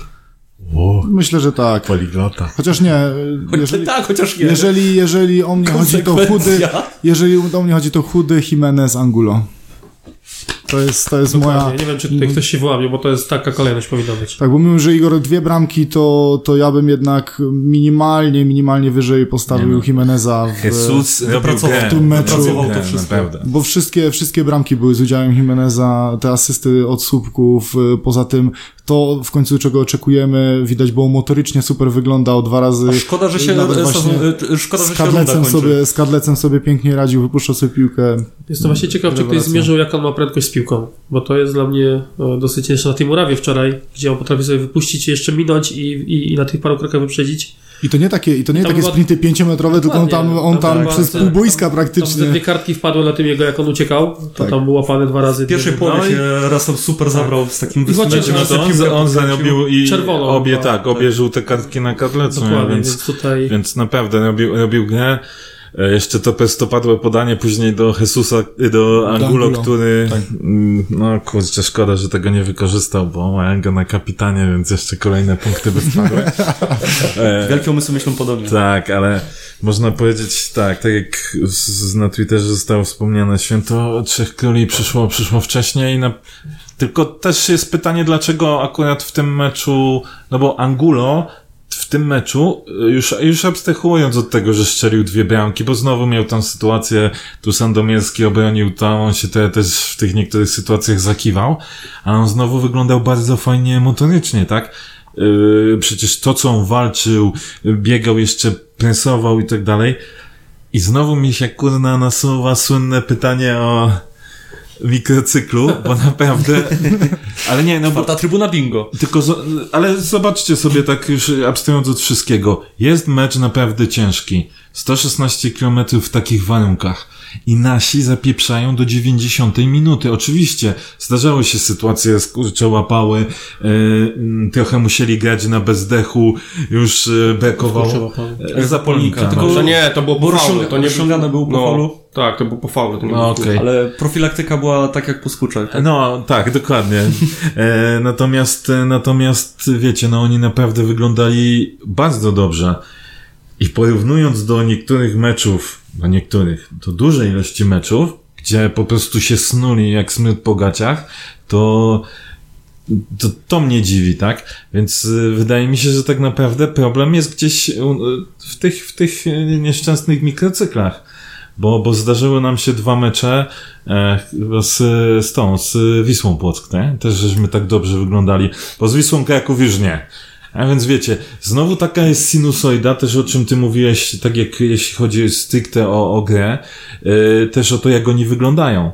O, Myślę, że tak. poliglota. Chociaż nie, jeżeli, tak, chociaż nie. jeżeli, jeżeli o mnie chodzi, to chudy, Konsekwencja. jeżeli o mnie chodzi, to chudy, Jimenez, Angulo. To jest, to jest moja... Nie wiem, czy tutaj ktoś się wyłamie, bo to jest taka kolejność powinna być. Tak, bo mimo, że Igor dwie bramki, to, to ja bym jednak minimalnie, minimalnie wyżej postawił Nie no. Jimeneza w... Jesus robił wypracował grę, w tym meczu. wypracował To grę, wszystko. naprawdę. Bo wszystkie, wszystkie bramki były z udziałem Jimeneza, te asysty od słupków, y, poza tym to w końcu czego oczekujemy, widać, bo motorycznie super wyglądał dwa razy. A szkoda, że się, nawet e, właśnie sezon, e, szkoda, że z się runda Kadlecem kończy. sobie, z Kadlecem sobie pięknie radził, wypuszczał sobie piłkę. Jestem właśnie ciekaw, czy ktoś Rewelacja. zmierzył, jak on ma prędkość z piłką, bo to jest dla mnie e, dosyć jeszcze na tej murawie wczoraj, gdzie on potrafi sobie wypuścić, jeszcze minąć i, i, i na tych paru krokach wyprzedzić. I to nie takie, i to nie Tam takie była- sprinty pięciometrowe, tylko on tam, on tam była- przez te- pół boiska Tam te praktycznie. dwie kartki wpadły na tym jego, jak on uciekał, to Tak. tam był łapany dwa razy. W pierwszej No połowie i- się raz tam super zabrał z takim I właśnie, wysunięciem. No to on, piłkę on podkręcił. zarobił i Czerwoną obie, chyba, tak, obie żółte kartki na Kadlecu, Dokładnie, więc, więc tutaj... więc naprawdę robił, robił grę. Jeszcze to prostopadłe podanie później do Jesusa, do Angulo, Angulo. który, tak. no kurczę, szkoda, że tego nie wykorzystał, bo mają go na kapitanie, więc jeszcze kolejne punkty by spadły. Wielkie umysły myślą podobnie. Tak, ale można powiedzieć tak, tak jak z, na Twitterze zostało wspomniane, święto Trzech Króli przyszło, przyszło wcześniej, na, tylko też jest pytanie, dlaczego akurat w tym meczu, no bo Angulo w tym meczu, już, już abstrahując od tego, że strzelił dwie bramki, bo znowu miał tam sytuację, tu Sandomierski obronił tam, on się te, też w tych niektórych sytuacjach zakiwał, a on znowu wyglądał bardzo fajnie motorycznie, tak? Yy, przecież to, co on walczył, biegał jeszcze, presował i tak dalej. I znowu mi się kurna nasuwa słynne pytanie o mikrocyklu, bo naprawdę, ale nie, no bo... Ta trybuna bingo. Tylko, ale zobaczcie sobie tak już abstrahując od wszystkiego. Jest mecz naprawdę ciężki. sto szesnaście kilometrów w takich warunkach. I nasi zapieprzają do dziewięćdziesiątej minuty. Oczywiście zdarzały się sytuacje, skurcze łapały, yy, trochę musieli grać na bezdechu, już yy, bekowało. Yy, Zapolnika. Tylko, że nie, to było po faulu. To nie rozciągane było po no, faulu. Tak, to było po faulu. To nie no, było okay. Ale profilaktyka była tak jak po skurczach. Tak? No, tak, dokładnie. E, natomiast, natomiast, wiecie, no oni naprawdę wyglądali bardzo dobrze. I porównując do niektórych meczów, do niektórych, do dużej ilości meczów, gdzie po prostu się snuli jak smród po gaciach, to, to to mnie dziwi, tak? Więc wydaje mi się, że tak naprawdę problem jest gdzieś w tych, w tych nieszczęsnych mikrocyklach. Bo, bo zdarzyły nam się dwa mecze e, z, z tą, z Wisłą Płock, nie? Też żeśmy tak dobrze wyglądali. Bo z Wisłą Kraków już nie. A więc wiecie, znowu taka jest sinusoida, też o czym ty mówiłeś, tak jak jeśli chodzi stricte o, o grę, yy, też o to, jak oni wyglądają.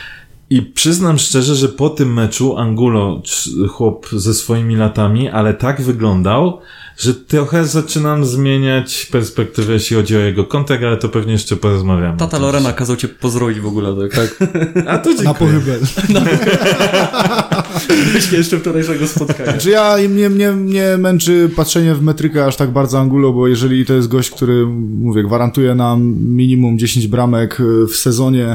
I przyznam szczerze, że po tym meczu Angulo, chłop ze swoimi latami, ale tak wyglądał, że trochę zaczynam zmieniać perspektywę, jeśli chodzi o jego kontekst, ale to pewnie jeszcze porozmawiamy. Tata Lorena kazał cię pozdrowić w ogóle, tak? tak. A to dziękuję. Na pochybę. Myślę jeszcze wczorajszego spotkania. Znaczy ja, mnie, mnie, mnie męczy patrzenie w metrykę aż tak bardzo Angulo, bo jeżeli to jest gość, który, mówię, gwarantuje nam minimum dziesięć bramek w sezonie,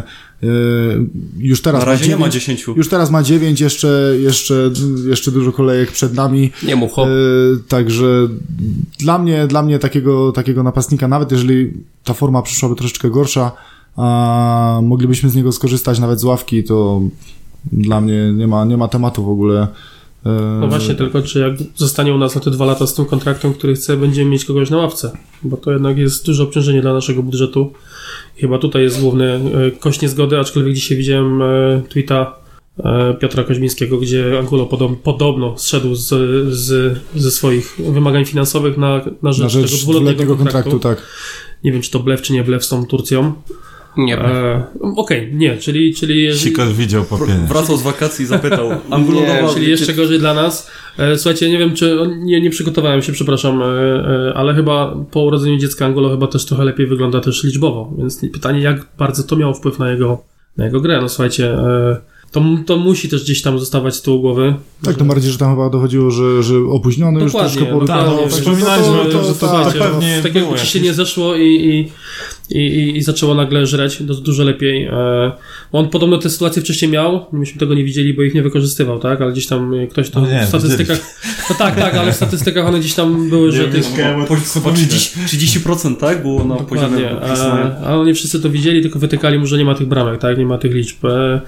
już teraz na razie ma dziewięć, nie ma dziesięciu. Już teraz ma dziewięć, jeszcze, jeszcze, jeszcze dużo kolejek przed nami. Nie mów hop. Także dla mnie, dla mnie takiego, takiego napastnika, nawet jeżeli ta forma przyszłaby troszeczkę gorsza, a moglibyśmy z niego skorzystać nawet z ławki, to dla mnie nie ma, nie ma tematu w ogóle. No właśnie, tylko czy jak zostanie u nas na te dwa lata z tym kontraktem, który chce, będziemy mieć kogoś na ławce, bo to jednak jest duże obciążenie dla naszego budżetu. Chyba tutaj jest główny kość niezgody, aczkolwiek dzisiaj widziałem tweeta Piotra Koźmińskiego, gdzie Angulo podobno, podobno zszedł z, z, ze swoich wymagań finansowych na, na rzecz, na rzecz tego dwuletniego kontraktu. kontraktu. Tak. Nie wiem, czy to blef, czy nie blef z tą Turcją. Nie. E, Okej, okay, nie, czyli... czyli Sikor widział papiery. Wracał z wakacji i zapytał. Angulo nie, dawał, czyli jeszcze gorzej dla nas. E, słuchajcie, nie wiem, czy... Nie, nie przygotowałem się, przepraszam, e, e, ale chyba po urodzeniu dziecka Angulo chyba też trochę lepiej wygląda też liczbowo, więc pytanie, jak bardzo to miało wpływ na jego, na jego grę. No słuchajcie... E, To, to musi też gdzieś tam zostawać z tyłu głowy. Tak, tym bardziej, że tam chyba dochodziło, że, że opóźniony już troszkę po tak, no, wspominaliśmy o tym, że to, to, to pewnie tak jakby ci się nie zeszło i, i, i, i zaczęło nagle żreć dużo lepiej. On podobno te sytuacje wcześniej miał, myśmy tego nie widzieli, bo ich nie wykorzystywał, tak? Ale gdzieś tam ktoś to no nie, w statystykach... No tak, tak, ale w statystykach one gdzieś tam były, że tych... Chyba trzydzieści procent, tak? Było na poziomie podpisane. Ale nie wszyscy to widzieli, tylko wytykali mu, że nie ma tych bramek, tak? Nie ma tych liczb.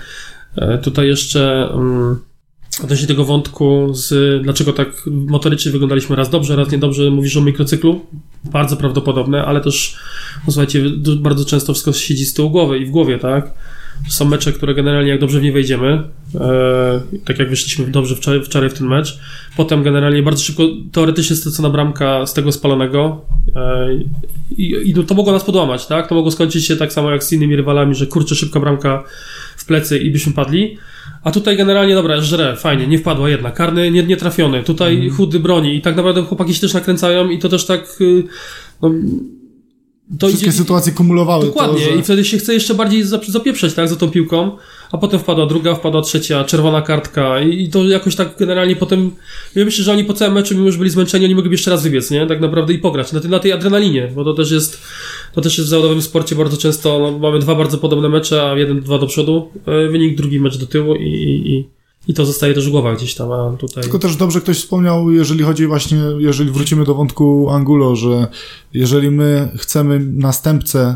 Tutaj jeszcze um, odnośnie tego wątku z dlaczego tak motorycznie wyglądaliśmy raz dobrze, raz niedobrze, mówisz o mikrocyklu, bardzo prawdopodobne, ale też no, słuchajcie, bardzo często wszystko siedzi z tyłu głowy i w głowie, tak? Są mecze, które generalnie jak dobrze w nie wejdziemy, e, tak jak wyszliśmy dobrze wczoraj, wczoraj w ten mecz, potem generalnie bardzo szybko teoretycznie stracona bramka z tego spalonego e, i, i to mogło nas podłamać, tak? To mogło skończyć się tak samo jak z innymi rywalami, że kurczę, szybka bramka w plecy i byśmy padli, a tutaj generalnie dobra, żre, fajnie, nie wpadła jedna, karny nie, nie trafiony, tutaj mm. chudy broni i tak naprawdę chłopaki się też nakręcają i to też tak no, to wszystkie idzie, sytuacje kumulowały. Dokładnie, to, że... i wtedy się chce jeszcze bardziej zapieprzeć, tak, za tą piłką, a potem wpadła druga, wpadła trzecia, czerwona kartka i, i to jakoś tak generalnie potem, ja myślę, że oni po całym meczu, mimo już byli zmęczeni, oni mogliby jeszcze raz wybiec, nie, tak naprawdę i pograć na, tej, na tej adrenalinie, bo to też jest, to też jest w zawodowym sporcie bardzo często, no, mamy dwa bardzo podobne mecze, a jeden, dwa do przodu, wynik, drugi mecz do tyłu i, i, i I to zostaje też w głowach gdzieś tam, a tutaj... Tylko też dobrze ktoś wspomniał, jeżeli chodzi właśnie, jeżeli wrócimy do wątku Angulo, że jeżeli my chcemy następcę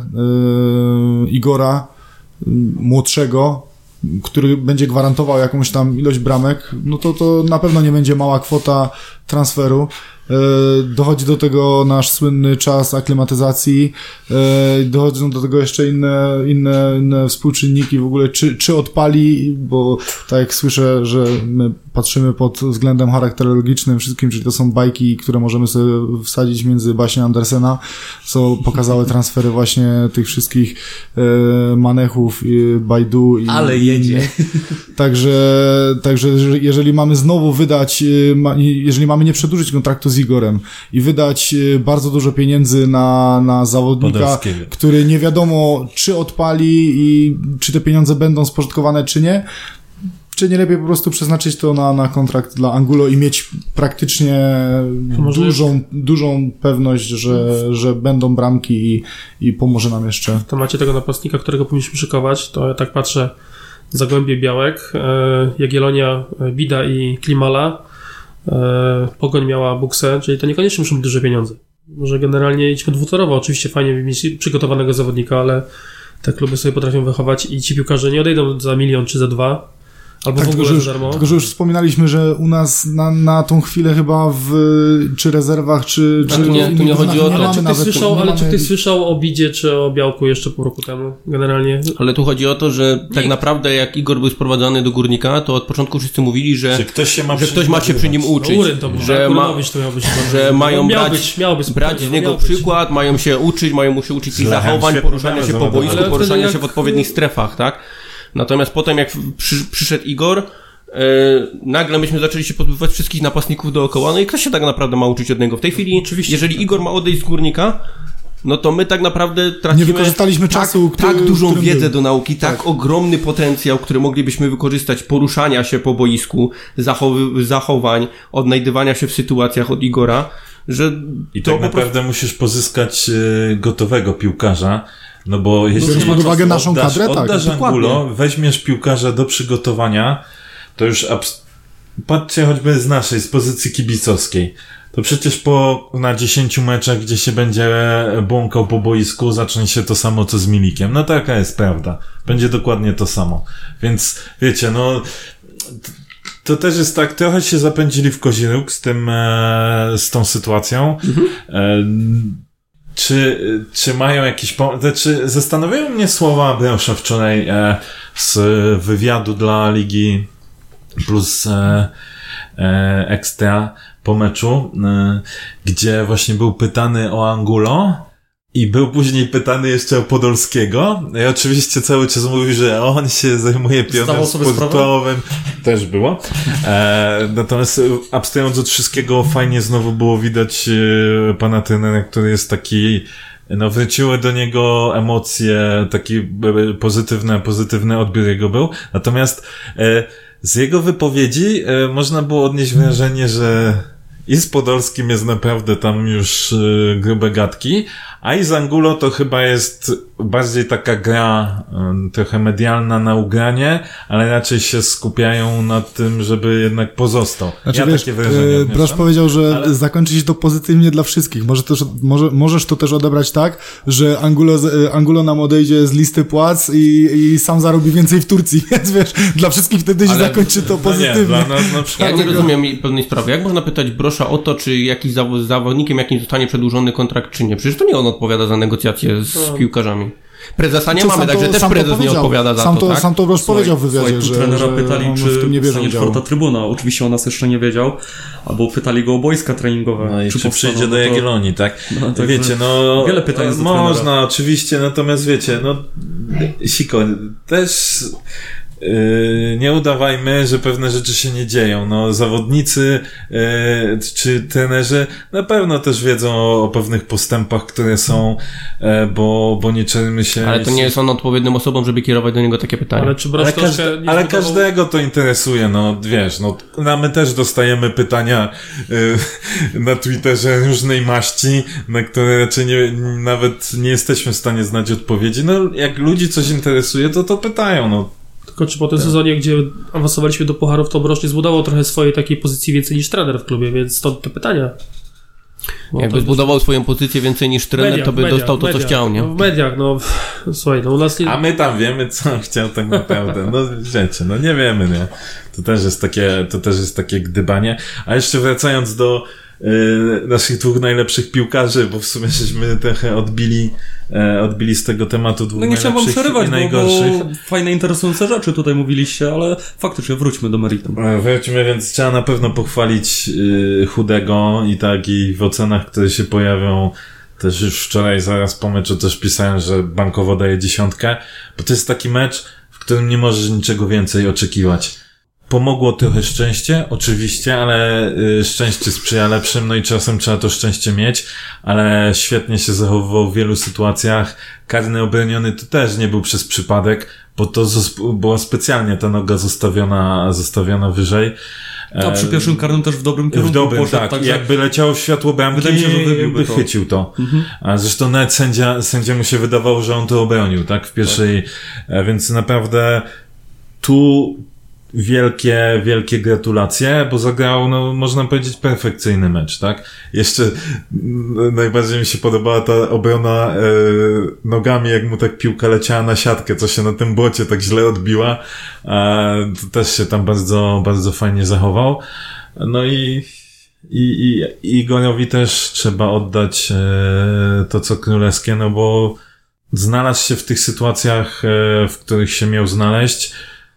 yy, Igora, yy, młodszego, który będzie gwarantował jakąś tam ilość bramek, no to to na pewno nie będzie mała kwota transferu. Dochodzi do tego nasz słynny czas aklimatyzacji, dochodzą do tego jeszcze inne, inne, inne współczynniki w ogóle, czy, czy odpali, bo tak jak słyszę, że my patrzymy pod względem charakterologicznym wszystkim, czyli to są bajki, które możemy sobie wsadzić między baśnie Andersena, co pokazały transfery właśnie tych wszystkich Manechów, Baidu i... Ale jedzie. Także, także jeżeli mamy znowu wydać, jeżeli mamy nie przedłużyć kontraktu z Igorem i wydać bardzo dużo pieniędzy na, na zawodnika, który nie wiadomo czy odpali i czy te pieniądze będą spożytkowane czy nie, czy nie lepiej po prostu przeznaczyć to na, na kontrakt dla Angulo i mieć praktycznie dużą, dużą pewność, że, że będą bramki i, i pomoże nam jeszcze. W temacie tego napastnika, którego powinniśmy szykować, to ja tak patrzę, Zagłębie Białek, Jagiellonia, Bida i Klimala, Pogoń miała Buksę, czyli to niekoniecznie muszą być duże pieniądze. Może generalnie idźmy dwutorowo, oczywiście fajnie mieć przygotowanego zawodnika, ale te kluby sobie potrafią wychować i ci piłkarze nie odejdą za milion czy za dwa, albo tak, w ogóle już, za darmo. Tylko, że już wspominaliśmy, że u nas na, na tą chwilę chyba w czy rezerwach, czy... A czy tu nie, tu nie chodzi o to. Ale czy ktoś słyszał, ale mamy... czy ktoś słyszał o Bidzie, czy o Białku jeszcze pół roku temu, generalnie? Ale tu chodzi o to, że tak naprawdę jak Igor był sprowadzany do Górnika, to od początku wszyscy mówili, że, że ktoś, się ma, że ktoś ma się przy nim uczyć, no, to był, że, ma, to miał być, że mają miał brać, być, miał być, brać z niego miał przykład, być. Mają się uczyć, mają mu się uczyć ich zachowań, poruszania się po boisku, poruszania się w odpowiednich strefach, tak? Natomiast potem jak przy, przyszedł Igor, Yy, nagle myśmy zaczęli się pozbywać wszystkich napastników dookoła, no i kto się tak naprawdę ma uczyć od niego? W tej chwili, oczywiście, jeżeli Igor ma odejść z Górnika, no to my tak naprawdę tracimy nie wykorzystaliśmy tak, czasu, który, tak dużą wiedzę był. do nauki, tak. tak ogromny potencjał, który moglibyśmy wykorzystać, poruszania się po boisku, zachowy, zachowań, odnajdywania się w sytuacjach od Igora, że i to tak naprawdę prostu... musisz pozyskać y, gotowego piłkarza. No bo jeśli biorąc pod uwagę naszą oddasz, kadrę, oddasz tak, Angulo, weźmiesz piłkarza do przygotowania, to już abs- patrzcie choćby z naszej, z pozycji kibicowskiej. To przecież po na dziesięciu meczach, gdzie się będzie błąkał po boisku, zacznie się to samo co z Milikiem. No taka jest prawda. Będzie dokładnie to samo. Więc wiecie, no to też jest tak, trochę się zapędzili w kozi róg z tym, e, z tą sytuacją. Mhm. E, Czy, czy mają jakiś pomysł? Znaczy, zastanawiają mnie słowa Brosza wczoraj e, z wywiadu dla Ligi Plus e, e, Ekstra po meczu, e, gdzie właśnie był pytany o Angulo i był później pytany jeszcze o Podolskiego. I oczywiście cały czas mówił, że on się zajmuje pionem sportowym. Też było. E, natomiast abstrahując od wszystkiego, fajnie znowu było widać e, pana trenera, który jest taki, no wróciły do niego emocje, taki pozytywny, pozytywny odbiór jego był. Natomiast e, z jego wypowiedzi e, można było odnieść wrażenie, że i z Podolskim jest naprawdę tam już y, grube gadki, a i z Angulo to chyba jest bardziej taka gra y, trochę medialna na ugranie, ale raczej się skupiają na tym, żeby jednak pozostał. Znaczy, ja wiesz, takie wrażenie y, Broż powiedział, że ale... zakończy się to pozytywnie dla wszystkich. Może też, może, możesz to też odebrać tak, że Angulo, Angulo nam odejdzie z listy płac i, i sam zarobi więcej w Turcji, więc wiesz, dla wszystkich wtedy się ale... zakończy to pozytywnie. No nie, dla nas na przykład... Ja nie rozumiem pewnej sprawy. Jak można pytać Brosza o to, czy jakiś zaw- zawodnikiem jakim zostanie przedłużony kontrakt, czy nie? Przecież to nie on odpowiada za negocjacje z no. piłkarzami. Prezesa nie mamy, także też prezes nie odpowiada za sam to, to, tak? Sam to Broż powiedział w wywiadzie, słuchaj, że, trenera że pytali, on czy w tym nie bierze stanie czwarta trybuna. Oczywiście on nas jeszcze nie wiedział, albo pytali go o boiska treningowe. No i czy, czy przyjdzie do Jagiellonii, tak? No, tak wiecie, no... Wiele pytań jest do Można, trenera. Oczywiście, natomiast wiecie, no... Siko, też... Yy, nie udawajmy, że pewne rzeczy się nie dzieją. No, zawodnicy yy, czy trenerzy na pewno też wiedzą o, o pewnych postępach, które są, yy, bo, bo nie czermy się... Ale to nie jest on odpowiednią osobą, żeby kierować do niego takie pytania. Ale, czy ale, każde, ale zbudował... każdego to interesuje, no wiesz, no, no my też dostajemy pytania yy, na Twitterze różnej maści, na które raczej nie, nawet nie jesteśmy w stanie znać odpowiedzi. No, jak ludzi coś interesuje, to to pytają, no. Tylko czy po tym tak. sezonie, gdzie awansowaliśmy do pucharów, to Broż nie zbudował trochę swojej takiej pozycji więcej niż trener w klubie, więc stąd te pytania. Bo Jakby zbudował jest... swoją pozycję więcej niż trener, mediach, to by mediach, dostał to, mediach, co chciał, nie? No w mediach, no słuchaj, no u nas nie... A my tam wiemy, co chciał tak naprawdę. No wiecie, no nie wiemy, nie? To też jest takie, to też jest takie gdybanie. A jeszcze wracając do Yy, naszych dwóch najlepszych piłkarzy, bo w sumie żeśmy trochę odbili, e, odbili z tego tematu dwóch no nie najlepszych wam przerywać, i najgorszych. Bo, bo fajne, interesujące rzeczy tutaj mówiliście, ale faktycznie wróćmy do meritum. E, wróćmy, więc trzeba na pewno pochwalić yy, Chudego i tak i w ocenach, które się pojawią też już wczoraj zaraz po meczu też pisałem, że bankowo daje dziesiątkę, bo to jest taki mecz, w którym nie możesz niczego więcej oczekiwać. Pomogło trochę szczęście, oczywiście, ale y, szczęście sprzyja lepszym, no i czasem trzeba to szczęście mieć, ale świetnie się zachowywał w wielu sytuacjach. Karny obroniony to też nie był przez przypadek, bo to zos- była specjalnie ta noga zostawiona, zostawiona wyżej. A przy pierwszym karnym też w dobrym kierunku W dobrym, poszedł, tak. tak. Jakby leciało w światło bramki, wydaje mi się, że wybiłby to. Wychycił to. Mhm. A zresztą nawet sędzia, sędziemu się wydawało, że on to obronił, tak? W pierwszej, tak. Więc naprawdę tu wielkie, wielkie gratulacje, bo zagrał, no, można powiedzieć, perfekcyjny mecz, tak? Jeszcze no, najbardziej mi się podobała ta obrona e, nogami, jak mu tak piłka leciała na siatkę, co się na tym błocie tak źle odbiła. A to też się tam bardzo, bardzo fajnie zachował. No i i, i, i Igorowi też trzeba oddać e, to, co królewskie, no bo znalazł się w tych sytuacjach, e, w których się miał znaleźć.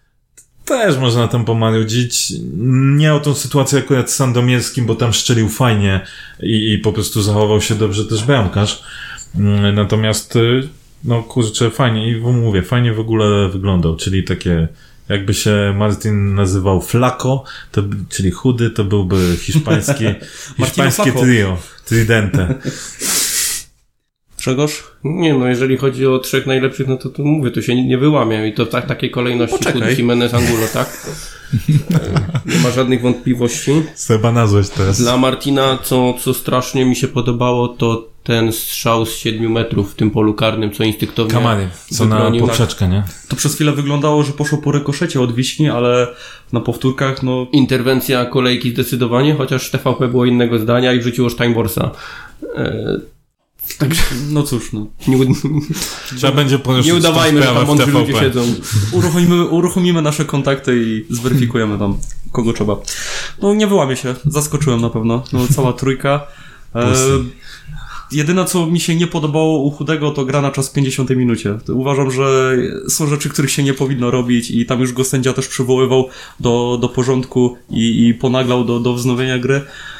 Też można tam pomarudzić. Nie o tą sytuację akurat z Sandomierskim, bo tam szczelił fajnie i, i po prostu zachował się dobrze też bramkarz. Natomiast, no kurczę, fajnie i mówię, fajnie w ogóle wyglądał, czyli takie, jakby się Martin nazywał Flaco, to, czyli chudy, to byłby hiszpański, hiszpańskie trio, tridente. Czegoż? Nie, no jeżeli chodzi o trzech najlepszych, no to, to mówię, to się nie, nie wyłamię i to w tak, takiej kolejności Chudy, Jimenez, Angulo, tak? Nie ma żadnych wątpliwości. Seba nazwać teraz. Dla Martina, co, co strasznie mi się podobało, to ten strzał z siedmiu metrów w tym polu karnym, co instynktownie Kamary, co wybronił. Na poprzeczkę, nie? To przez chwilę wyglądało, że poszło po rykoszecie od Wiśni, ale na powtórkach, no... Interwencja kolejki zdecydowanie, chociaż T V P było innego zdania i wrzuciło Steinborsa. E- Także, no cóż, no. Nie, Trzeba będzie poruszyć nie udawajmy, że tam mądrzy ludzie siedzą. Uruchomimy, uruchomimy nasze kontakty i zweryfikujemy tam, kogo trzeba. No nie wyłamie się, zaskoczyłem na pewno. No cała trójka. E, jedyne, co mi się nie podobało u Chudego, to gra na czas w pięćdziesiątej minucie. Uważam, że są rzeczy, których się nie powinno robić i tam już go sędzia też przywoływał do, do porządku i, i ponaglał do, do wznowienia gry.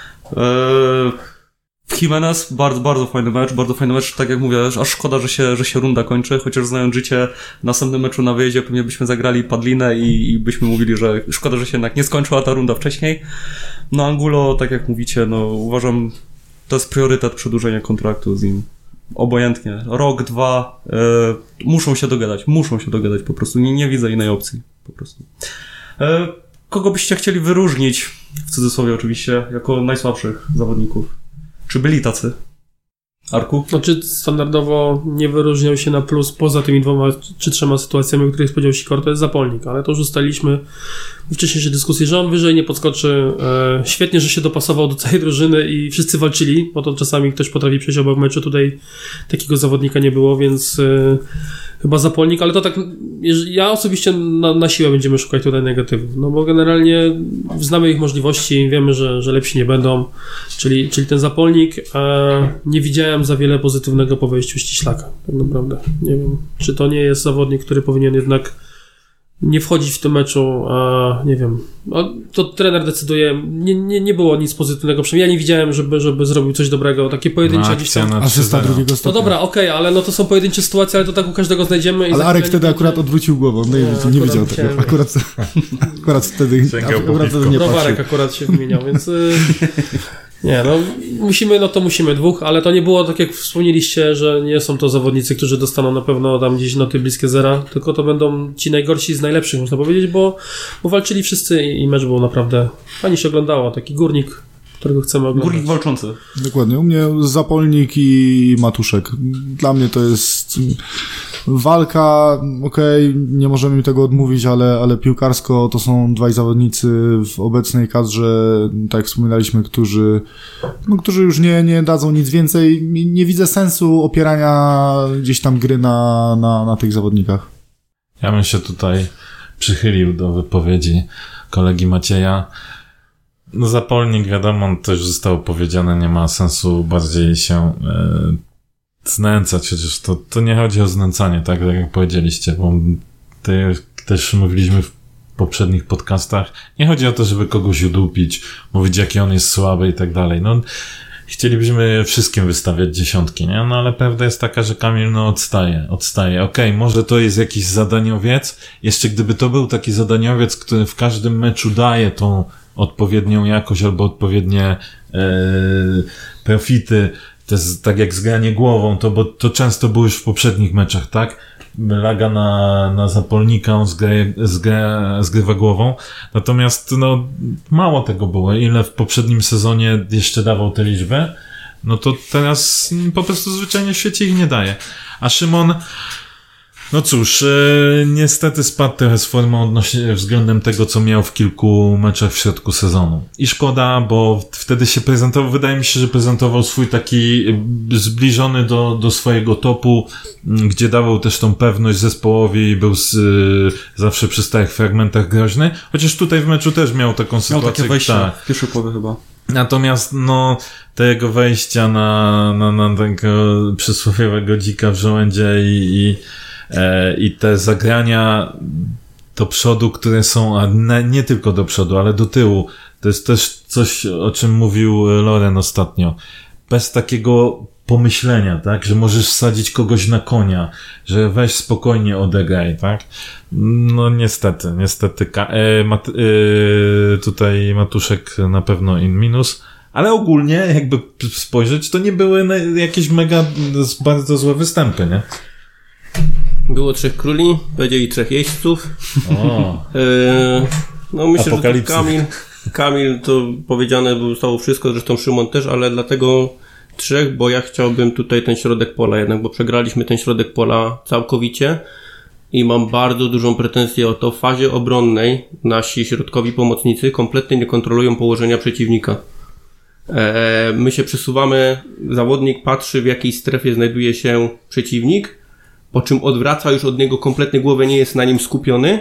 E, Jimenez, bardzo, bardzo fajny mecz, bardzo fajny mecz, tak jak mówię, aż szkoda, że się, że się runda kończy, chociaż znając życie, w następnym meczu na wyjeździe pewnie byśmy zagrali Padlinę i, i byśmy mówili, że szkoda, że się jednak nie skończyła ta runda wcześniej. No Angulo, tak jak mówicie, no uważam, to jest priorytet przedłużenia kontraktu z nim. Obojętnie. Rok, dwa, yy, muszą się dogadać, muszą się dogadać po prostu, nie, nie widzę innej opcji, po prostu. Yy, kogo byście chcieli wyróżnić, w cudzysłowie oczywiście, jako najsłabszych zawodników? Czy byli tacy? Arku? Znaczy standardowo nie wyróżniał się na plus poza tymi dwoma czy trzema sytuacjami, o których powiedział Sikor, to jest Zapolnik, ale to już ustaliliśmy w wcześniejszej dyskusji, że on wyżej nie podskoczy. E, świetnie, że się dopasował do całej drużyny i wszyscy walczyli, bo to czasami ktoś potrafi przejść obok meczu, tutaj takiego zawodnika nie było, więc e, chyba Zapolnik, ale to tak, ja osobiście na, na siłę będziemy szukać tutaj negatywów, no bo generalnie znamy ich możliwości, wiemy, że, że lepsi nie będą, czyli, czyli ten Zapolnik, e, nie widziałem za wiele pozytywnego po wejściu Ściślaka, tak naprawdę. Nie wiem, czy to nie jest zawodnik, który powinien jednak nie wchodzić w tym meczu, a nie wiem, to trener decyduje, nie, nie, nie było nic pozytywnego, przynajmniej ja nie widziałem, żeby, żeby zrobił coś dobrego, takie pojedyncze no, gdzieś tam. Asysta drugiego No stopnia. dobra, okej, okay, ale no to są pojedyncze sytuacje, ale to tak u każdego znajdziemy. Ale Arek wtedy akurat odwrócił głową, no nie, nie, nie widział tego. Akurat, akurat wtedy, akurat wtedy nie patrzył. Arek akurat się wymieniał, więc... Nie, no musimy, no to musimy dwóch, ale to nie było tak jak wspomnieliście, że nie są to zawodnicy, którzy dostaną na pewno tam gdzieś noty bliskie zera, tylko to będą ci najgorsi z najlepszych, można powiedzieć, bo, bo walczyli wszyscy i, i mecz był naprawdę fajnie się oglądało, taki górnik, którego chcemy oglądać. Górnik walczący. Dokładnie, u mnie Zapolnik i Matuszek. Dla mnie to jest walka, okej, okay, nie możemy mi tego odmówić, ale, ale piłkarsko to są dwaj zawodnicy w obecnej kadrze, tak jak wspominaliśmy, którzy, no, którzy już nie, nie dadzą nic więcej. Nie widzę sensu opierania gdzieś tam gry na, na, na tych zawodnikach. Ja bym się tutaj przychylił do wypowiedzi kolegi Macieja. No Zapolnik, wiadomo, to już zostało powiedziane, nie ma sensu bardziej się e, znęcać, przecież to, to nie chodzi o znęcanie, tak, tak jak powiedzieliście, bo te, też mówiliśmy w poprzednich podcastach, nie chodzi o to, żeby kogoś udupić, mówić jaki on jest słaby i tak dalej, no chcielibyśmy wszystkim wystawiać dziesiątki, nie, no ale prawda jest taka, że Kamil no odstaje, odstaje, okej, okay, może to jest jakiś zadaniowiec, jeszcze gdyby to był taki zadaniowiec, który w każdym meczu daje tą odpowiednią jakość albo odpowiednie e, profity, to jest tak jak zgranie głową, to bo to często było już w poprzednich meczach, tak? Laga na, na Zapolnika, on zgra, zgra, zgrywa głową, natomiast no mało tego było, ile w poprzednim sezonie jeszcze dawał te liczby, no to teraz po prostu zwyczajnie w świecie ich nie daje. A Szymon, no cóż, e, niestety spadł trochę z formą odnośnie względem tego, co miał w kilku meczach w środku sezonu. I szkoda, bo wtedy się prezentował, wydaje mi się, że prezentował swój taki zbliżony do, do swojego topu, gdzie dawał też tą pewność zespołowi i był z, e, zawsze przy stałych fragmentach groźny. Chociaż tutaj w meczu też miał taką sytuację. Miał takie wejście tak. w pierwszej połowie chyba. Natomiast, no, te jego wejścia na, na, na tego przysłowiowego dzika w żołędzie i, i i te zagrania do przodu, które są, a nie tylko do przodu, ale do tyłu, to jest też coś, o czym mówił Loren ostatnio. Bez takiego pomyślenia, tak, że możesz wsadzić kogoś na konia, że weź spokojnie odegraj, tak. No niestety, niestety ka- e, mat- e, tutaj Matuszek na pewno in minus, ale ogólnie jakby spojrzeć, to nie były jakieś mega bardzo złe występy, nie? Było trzech króli, powiedzieli trzech jeźdźców. O. Yy, no myślę, Apokalipsy. że to Kamil, Kamil to powiedziane zostało wszystko, zresztą Szymon też, ale dlatego trzech, bo ja chciałbym tutaj ten środek pola jednak, bo przegraliśmy ten środek pola całkowicie i mam bardzo dużą pretensję o to. W fazie obronnej nasi środkowi pomocnicy kompletnie nie kontrolują położenia przeciwnika. E, my się przesuwamy, zawodnik patrzy, w jakiej strefie znajduje się przeciwnik, po czym odwraca już od niego kompletnie głowę, nie jest na nim skupiony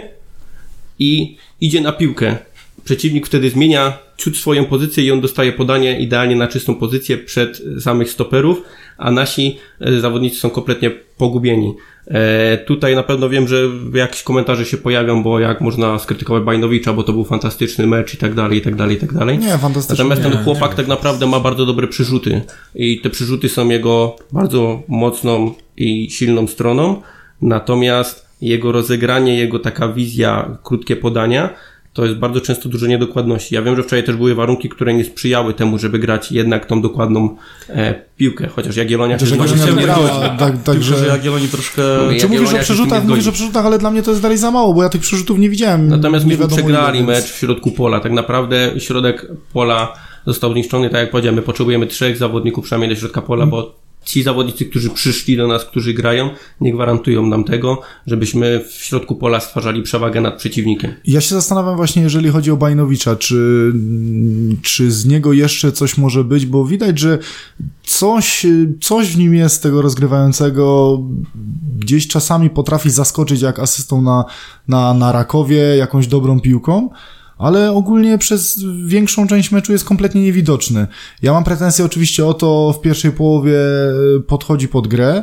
i idzie na piłkę. Przeciwnik wtedy zmienia ciut swoją pozycję i on dostaje podanie idealnie na czystą pozycję przed samych stoperów, a nasi zawodnicy są kompletnie pogubieni. E, tutaj na pewno wiem, że jakieś komentarze się pojawią, bo jak można skrytykować Bajnowicza, bo to był fantastyczny mecz i tak dalej, i tak dalej, i tak dalej. Nie, fantastyczny. Natomiast nie, ten chłopak nie, tak naprawdę ma bardzo dobre przerzuty i te przerzuty są jego bardzo mocną i silną stroną, natomiast jego rozegranie, jego taka wizja, krótkie podania, to jest bardzo często dużo niedokładności. Ja wiem, że wczoraj też były warunki, które nie sprzyjały temu, żeby grać jednak tą dokładną e, piłkę, chociaż Jagiellonia... Chociaż Jagiellonia nie grała, tak, tak, że... że Jagiellonii troszkę... Mówię, Czy mówisz o przerzutach? Mówisz o przerzutach, ale dla mnie to jest dalej za mało, bo ja tych przerzutów nie widziałem. Natomiast myśmy wiadomo, przegrali ile, mecz w środku pola. Tak naprawdę środek pola został zniszczony, tak jak powiedziałem, my potrzebujemy trzech zawodników przynajmniej do środka pola, hmm. bo ci zawodnicy, którzy przyszli do nas, którzy grają, nie gwarantują nam tego, żebyśmy w środku pola stwarzali przewagę nad przeciwnikiem. Ja się zastanawiam właśnie, jeżeli chodzi o Bajnowicza, czy, czy z niego jeszcze coś może być, bo widać, że coś, coś w nim jest tego rozgrywającego, gdzieś czasami potrafi zaskoczyć jak asystą na, na, na Rakowie, jakąś dobrą piłką, ale ogólnie przez większą część meczu jest kompletnie niewidoczny. Ja mam pretensje oczywiście o to, w pierwszej połowie podchodzi pod grę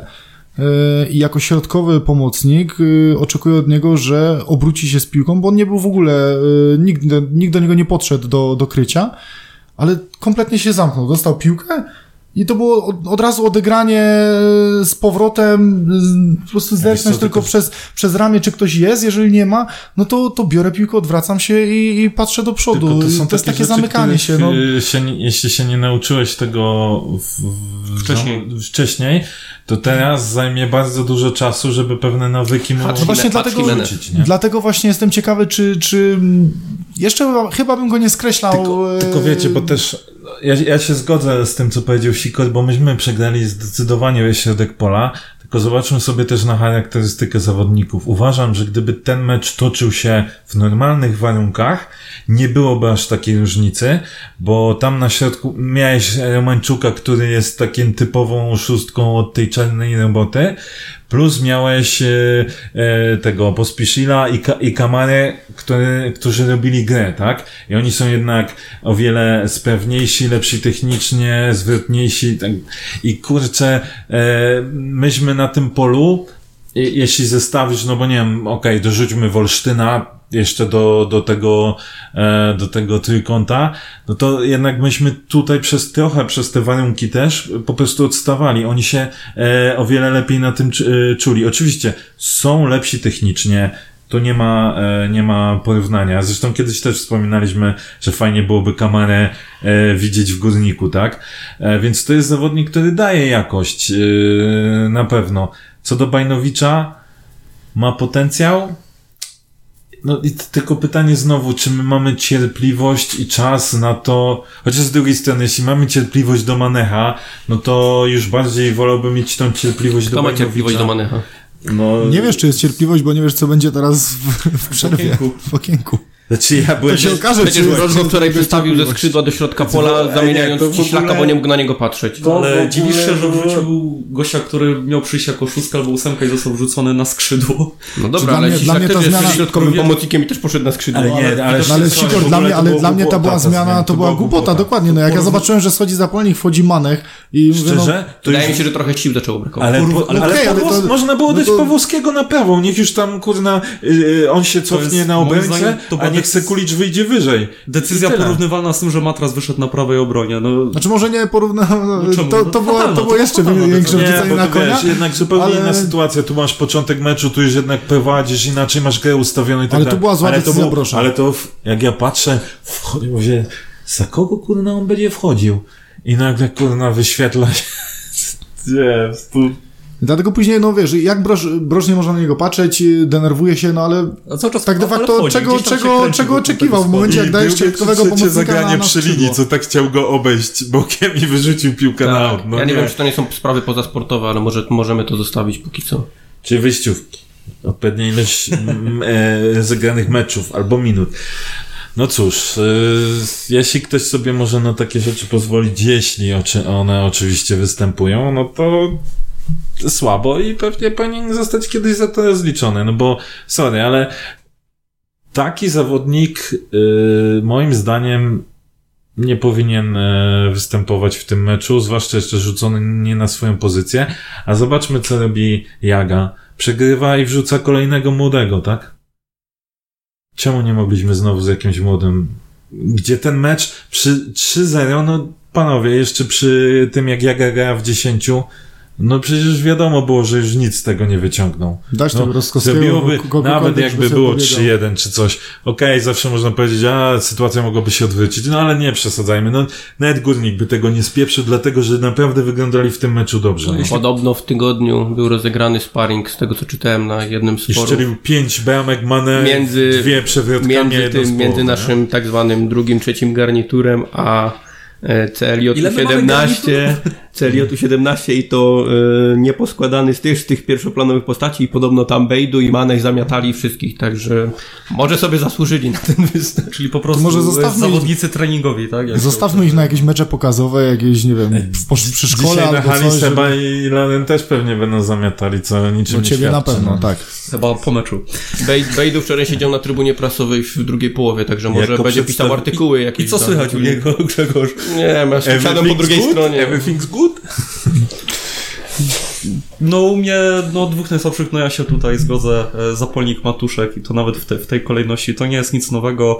i jako środkowy pomocnik oczekuję od niego, że obróci się z piłką, bo on nie był w ogóle, nikt, nikt do niego nie podszedł do, do krycia, ale kompletnie się zamknął. Dostał piłkę i to było od, od razu odegranie z powrotem, po prostu zerknąć tylko, tylko przez, przez ramię, czy ktoś jest. Jeżeli nie ma, no to, to biorę piłkę, odwracam się i, i patrzę do przodu. To, to, to jest takie rzeczy, zamykanie się. No. się. Jeśli się nie nauczyłeś tego w, w, wcześniej. No, wcześniej, to teraz zajmie bardzo dużo czasu, żeby pewne nawyki mogą no właśnie dlatego, wrócić, nie? Dlatego właśnie jestem ciekawy, czy, czy jeszcze chyba, chyba bym go nie skreślał. Tylko, tylko wiecie, bo też ja, ja się zgodzę z tym, co powiedział Sikor, bo myśmy przegrali zdecydowanie środek pola, tylko zobaczmy sobie też na charakterystykę zawodników. Uważam, że gdyby ten mecz toczył się w normalnych warunkach, nie byłoby aż takiej różnicy, bo tam na środku miałeś Romańczuka, który jest takim typową szóstką od tej czarnej roboty, plus miałeś e, e, tego Pospiszila i, Ka- i Kamarę, który, którzy robili grę, tak? I oni są jednak o wiele sprawniejsi, lepsi technicznie, zwrotniejsi. Tak? I kurczę, e, myśmy na tym polu, i, jeśli zestawisz, no bo nie wiem, okej, okay, dorzućmy Wolsztyna jeszcze do, do tego, e, do tego trójkąta, no to jednak myśmy tutaj przez trochę, przez te warunki też po prostu odstawali. Oni się e, o wiele lepiej na tym e, czuli. Oczywiście są lepsi technicznie, to nie ma, e, nie ma porównania. Zresztą kiedyś też wspominaliśmy, że fajnie byłoby Kamarę e, widzieć w Górniku, tak? E, więc to jest zawodnik, który daje jakość, e, na pewno. Co do Bajnowicza, ma potencjał? No i tylko pytanie znowu, czy my mamy cierpliwość i czas na to, chociaż z drugiej strony, jeśli mamy cierpliwość do Manecha, no to już bardziej wolałbym mieć tą cierpliwość Kto do ma cierpliwość do Manecha? No, nie wiesz, czy jest cierpliwość, bo nie wiesz, co będzie teraz w, w przerwie, w okienku. W okienku. Znaczy ja byłem... To się okaże, Przecież Rożko wczoraj przestawił ze skrzydła do środka pola, zamieniając nie, Ciślaka, ogóle... bo nie mógł na niego patrzeć. To, ale dziwisz się, że wrzucił gościa, który miał przyjść jako szóstka albo ósemka i został wrzucony na skrzydło. No dobra, ale Ciślak też zmiana... jest środkowym pomocnikiem i też poszedł na skrzydło. Ale nie, ale, ale, ale, Sikor, dla mnie, ale dla mnie ta była zmiana, to była głupota, dokładnie. No jak ja zobaczyłem, że schodzi zapolnik, wchodzi Manech i... Szczerze? Wydaje mi się, że trochę sił zaczęło brakować. Ale można było dać Pawłowskiego na prawą, niech już tam, kurna, on się cofnie na obrońcę, a niech Sekulicz wyjdzie wyżej. Decyzja porównywalna z tym, że Matras wyszedł na prawej obronie. No... Znaczy może nie porównywalna, no to, to, było, to było jeszcze większe wrzucenie na konia. Wiesz, jednak zupełnie ale... inna sytuacja. Tu masz początek meczu, tu już jednak prowadzisz, inaczej masz grę ustawioną i tak ale to była zła ale decyzja, to było, Ale to, jak ja patrzę, wchodzi, mówię, za kogo kurna on będzie wchodził? I nagle kurna wyświetla się. Nie, tu... Dlatego później, no wiesz, jak broż, broż nie można na niego patrzeć, denerwuje się, no ale czas, tak de facto wchodzi, czego, czego, czego oczekiwał w momencie, jak dajesz środkowego pomocnika zagranie na, na przy linii, co tak chciał go obejść bokiem i wyrzucił piłkę tak. na aut. No ja nie, nie wiem, czy to nie są sprawy pozasportowe, ale może możemy to zostawić póki co. Czyli wyjściówki. Odpowiednia ilość e, zagranych meczów albo minut. No cóż, e, jeśli ktoś sobie może na takie rzeczy pozwolić, jeśli oczy, one oczywiście występują, no to słabo i pewnie powinien zostać kiedyś za to rozliczony, no bo sorry, ale taki zawodnik yy, moim zdaniem nie powinien yy, występować w tym meczu, zwłaszcza jeszcze rzucony nie na swoją pozycję, a zobaczmy co robi Jaga. Przegrywa i wrzuca kolejnego młodego, tak? Czemu nie mogliśmy znowu z jakimś młodym, gdzie ten mecz przy trzy zero, no panowie, jeszcze przy tym jak Jaga gra w dziesięciu, no przecież wiadomo było, że już nic z tego nie wyciągnął. Dać tego no, Rostkowskiego. Zrobiłoby, nawet jakby było trzy jeden czy coś. Okej, okay, zawsze można powiedzieć, a sytuacja mogłaby się odwrócić, no ale nie przesadzajmy. No, nawet Górnik by tego nie spieprzył, dlatego że naprawdę wyglądali w tym meczu dobrze. No. Podobno w tygodniu był rozegrany sparring, z tego co czytałem na jednym z forów. I strzelił pięć bramek, Mane, między, dwie przewrotkami, między, tym, między naszym tak zwanym drugim, trzecim garniturem, a C L J siedemnaście, C L J siedemnaście i to y, nieposkładany z tych, z tych pierwszoplanowych postaci i podobno tam Bejdu i Manech zamiatali wszystkich, także może sobie zasłużyli na ten występ. Czyli po prostu może zostawmy zawodnicy ich, treningowi, tak? Jak zostawmy ich na jakieś mecze pokazowe, jakieś, nie wiem, po, przy szkole dzisiaj albo na hali coś. Seba żeby... i Lanen też pewnie będą zamiatali, co niczym no nie ciebie świadczy. na pewno, no. tak. Chyba po meczu. Bejd, Bejdu wczoraj siedział na trybunie prasowej w drugiej połowie, także może jako będzie pisał artykuły jakieś. I co słychać u niego, Grzegorz? Nie, masz siadam po drugiej good? stronie. Everything's good? No u mnie, no dwóch najsłabszych, no ja się tutaj zgodzę, Zapolnik, Matuszek i to nawet w, te, w tej kolejności, to nie jest nic nowego,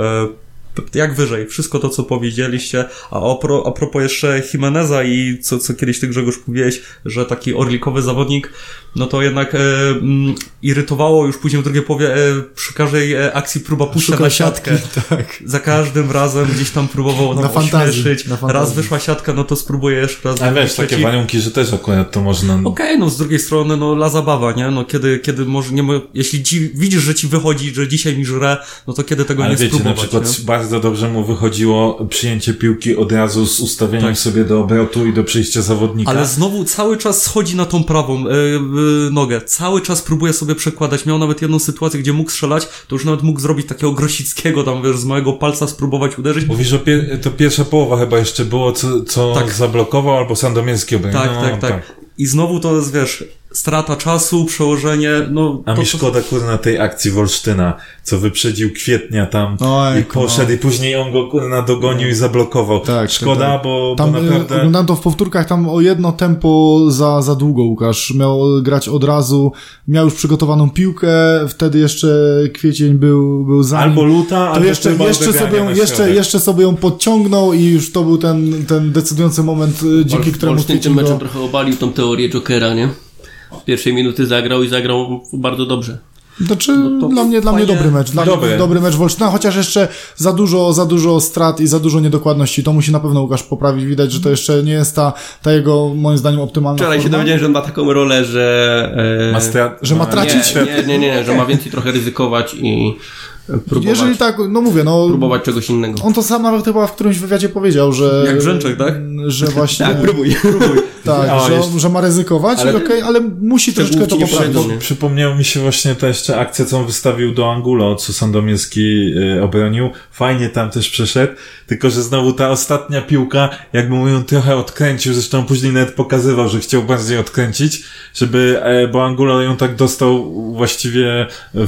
jak wyżej, wszystko to, co powiedzieliście, a, opro, a propos jeszcze Jimeneza i co, co kiedyś ty, Grzegorz, mówiłeś, że taki orlikowy zawodnik, no to jednak e, m, irytowało już później w drugiej połowie e, przy każdej e, akcji próba pójścia na siatkę. Siatki, tak. Za każdym razem gdzieś tam próbował nam na fantazji, ośmieszyć. na fantazji. Raz wyszła siatka, no to spróbuję jeszcze raz. A wiesz, takie trzeci. warunki, że też akurat to można... Okej, okay, no z drugiej strony, no la zabawa, nie? No kiedy, kiedy może nie, jeśli ci, widzisz, że ci wychodzi, że dzisiaj mi żre, no to kiedy tego Ale nie wiecie, spróbować, na przykład nie? bardzo dobrze mu wychodziło przyjęcie piłki od razu z ustawieniem Tak. sobie do obrotu i do przyjścia zawodnika. Ale znowu cały czas schodzi na tą prawą yy, yy, nogę. Cały czas próbuje sobie przekładać. Miał nawet jedną sytuację, gdzie mógł strzelać, to już nawet mógł zrobić takiego Grosickiego tam, wiesz, z małego palca spróbować uderzyć. Mówisz, że pie- to pierwsza połowa chyba jeszcze było, co, co Tak. zablokował, albo Sandomierski obronił. Tak, no, tak, tak. I znowu to jest, wiesz, strata czasu, przełożenie, no... A to, mi to... szkoda, kurna, tej akcji Wolsztyna, co wyprzedził Kwietnia tam Oj, i poszedł no. i później on go, kurna, dogonił i zablokował. Tak, Szkoda, tak, tak. bo, Tam, bo naprawdę... oglądałem to w powtórkach, tam o jedno tempo za, za długo Łukasz miał grać od razu, miał już przygotowaną piłkę, wtedy jeszcze Kwiecień był, był za nim. Albo luta, to albo jeszcze, próba jeszcze, odegrania sobie, na jeszcze, środek. jeszcze sobie ją podciągnął i już to był ten, ten decydujący moment, y, dzięki któremu Wolsztyn tym Kwiecień meczem go... trochę obalił tą teorię Jokera, nie? Z pierwszej minuty zagrał i zagrał bardzo dobrze. Znaczy, No to dla mnie, dla mnie fajnie- dobry mecz. Dla Dobry. mnie dobry mecz Wolsztyna, chociaż jeszcze za dużo, za dużo strat i za dużo niedokładności. To musi na pewno Łukasz poprawić. Widać, że to jeszcze nie jest ta, ta jego, moim zdaniem, optymalna Wczoraj się forma. dowiedziałem, że on ma taką rolę, że... E, Ma stra- że ma tracić? nie, nie, nie, nie, że ma więcej trochę ryzykować i próbować, Jeżeli tak, no mówię, no... próbować czegoś innego. On to sam nawet chyba w którymś wywiadzie powiedział, że... Jak Brzęczek, tak? Że właśnie... Tak, próbuj. Tak, A, że, jest- że ma ryzykować, Ale- ale, okay, ale musi troszeczkę to Szczegółki nie poprawić. powiedzą, nie? Przypomniała mi się właśnie ta jeszcze akcja, co on wystawił do Angulo, co Sandomierski y, obronił. Fajnie tam też przeszedł, tylko że znowu ta ostatnia piłka, jakby mu ją trochę odkręcił, zresztą później nawet pokazywał, że chciał bardziej odkręcić, żeby, e, bo Angulo ją tak dostał właściwie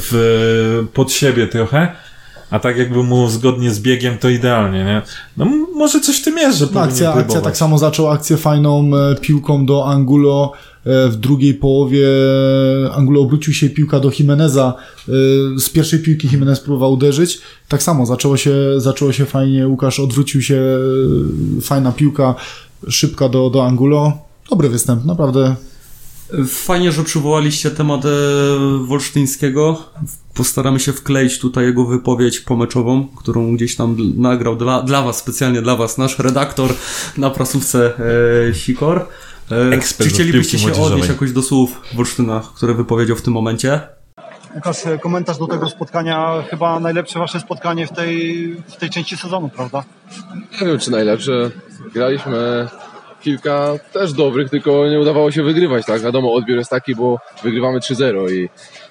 w, pod siebie trochę, a tak jakby mu zgodnie z biegiem to idealnie, nie? No m- może coś w tym jest, że No, powinien akcja, akcja próbować. tak samo zaczął akcję fajną e, piłką do Angulo. E, w drugiej połowie Angulo obrócił się, piłka do Jimeneza. E, z pierwszej piłki Jimenez próbował uderzyć. Tak samo zaczęło się, zaczęło się fajnie. Łukasz odwrócił się, e, fajna piłka, szybka do, do Angulo. Dobry występ, naprawdę. Fajnie, że przywołaliście temat e, Wolsztyńskiego. Postaramy się wkleić tutaj jego wypowiedź pomeczową, którą gdzieś tam dl- nagrał dla, dla was, specjalnie dla was, nasz redaktor na prasówce e, Sikor. E, Ekspert czy od chcielibyście piłki się młodzieżowej. odnieść jakoś do słów Wolsztyna, które wypowiedział w tym momencie? Łukasz, komentarz do tego spotkania, chyba najlepsze wasze spotkanie w tej, w tej części sezonu, prawda? Nie wiem, czy najlepsze. Graliśmy kilka też dobrych, tylko nie udawało się wygrywać, tak? Wiadomo, odbiór jest taki, bo wygrywamy trzy zero i,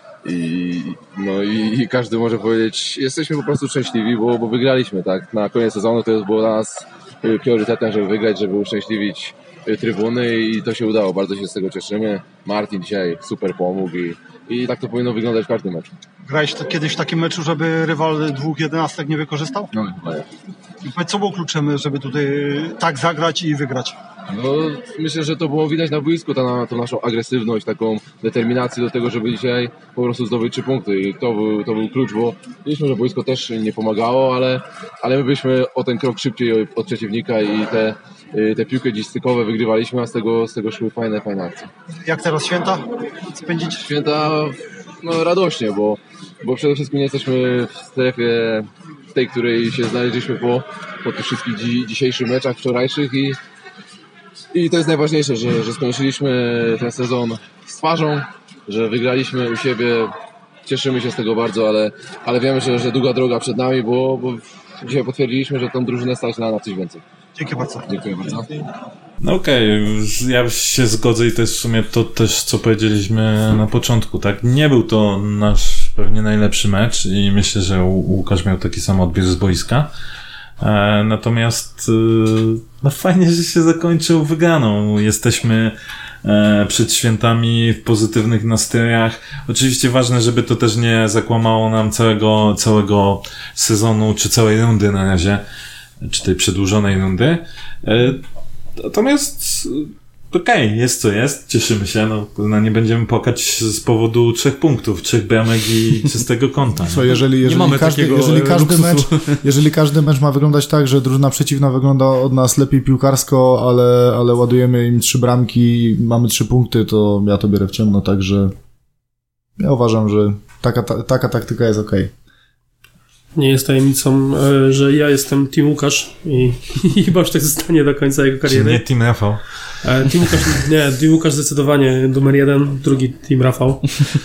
i, no i, i każdy może powiedzieć, jesteśmy po prostu szczęśliwi, bo, bo wygraliśmy, tak? Na koniec sezonu to jest było dla nas y, priorytetem, żeby wygrać, żeby uszczęśliwić y, trybuny i to się udało, bardzo się z tego cieszymy. Martin dzisiaj super pomógł i, i tak to powinno wyglądać w każdym meczu. Grałeś to kiedyś w takim meczu, żeby rywal dwóch jedenastek nie wykorzystał? No, chyba nie. I powiedz, co było kluczem, żeby tutaj tak zagrać i wygrać? No, myślę, że to było widać na boisku, ta, tą naszą agresywność, taką determinację do tego, żeby dzisiaj po prostu zdobyć trzy punkty i to był, to był klucz, bo widzieliśmy, że boisko też nie pomagało, ale, ale my byliśmy o ten krok szybciej od przeciwnika i te, te piłki dziś stykowe wygrywaliśmy, a z tego, z tego szły fajne, fajne akcje. Jak teraz święta spędzić? Święta no, radośnie, bo, bo przede wszystkim nie jesteśmy w strefie w tej, której się znaleźliśmy po, po tych wszystkich dzi, dzisiejszych meczach wczorajszych i I to jest najważniejsze, że, że skończyliśmy ten sezon z twarzą, że wygraliśmy u siebie, cieszymy się z tego bardzo, ale, ale wiemy, że, że długa droga przed nami, bo, bo dzisiaj potwierdziliśmy, że tą drużynę stać na, na coś więcej. Dzięki bardzo. Dziękuję bardzo. No okej, ja się zgodzę i to jest w sumie to też, co powiedzieliśmy na początku, tak? Nie był to nasz pewnie najlepszy mecz i myślę, że Łukasz miał taki sam odbiór z boiska. E, natomiast e, no fajnie, że się zakończył wygraną. Jesteśmy e, przed świętami w pozytywnych nastrojach. Oczywiście ważne, żeby to też nie zakłamało nam całego, całego sezonu, czy całej rundy na razie, czy tej przedłużonej rundy. E, natomiast okej, okay, jest co jest, cieszymy się, no, no nie będziemy płakać z powodu trzech punktów, trzech bramek i czystego kąta. Co, jeżeli, jeżeli, mamy każdy, takiego jeżeli, każdy mecz, luksusu. jeżeli każdy mecz ma wyglądać tak, że drużyna przeciwna wygląda od nas lepiej piłkarsko, ale, ale ładujemy im trzy bramki i mamy trzy punkty, to ja to biorę w ciemno, także ja uważam, że taka, ta, taka taktyka jest okej. Okay. Nie jest tajemnicą, że ja jestem Team Łukasz i, i chyba już tak zostanie do końca jego kariery. Czy nie Team Rafał? Team Łukasz, nie, Team Łukasz zdecydowanie numer jeden, drugi Team Rafał.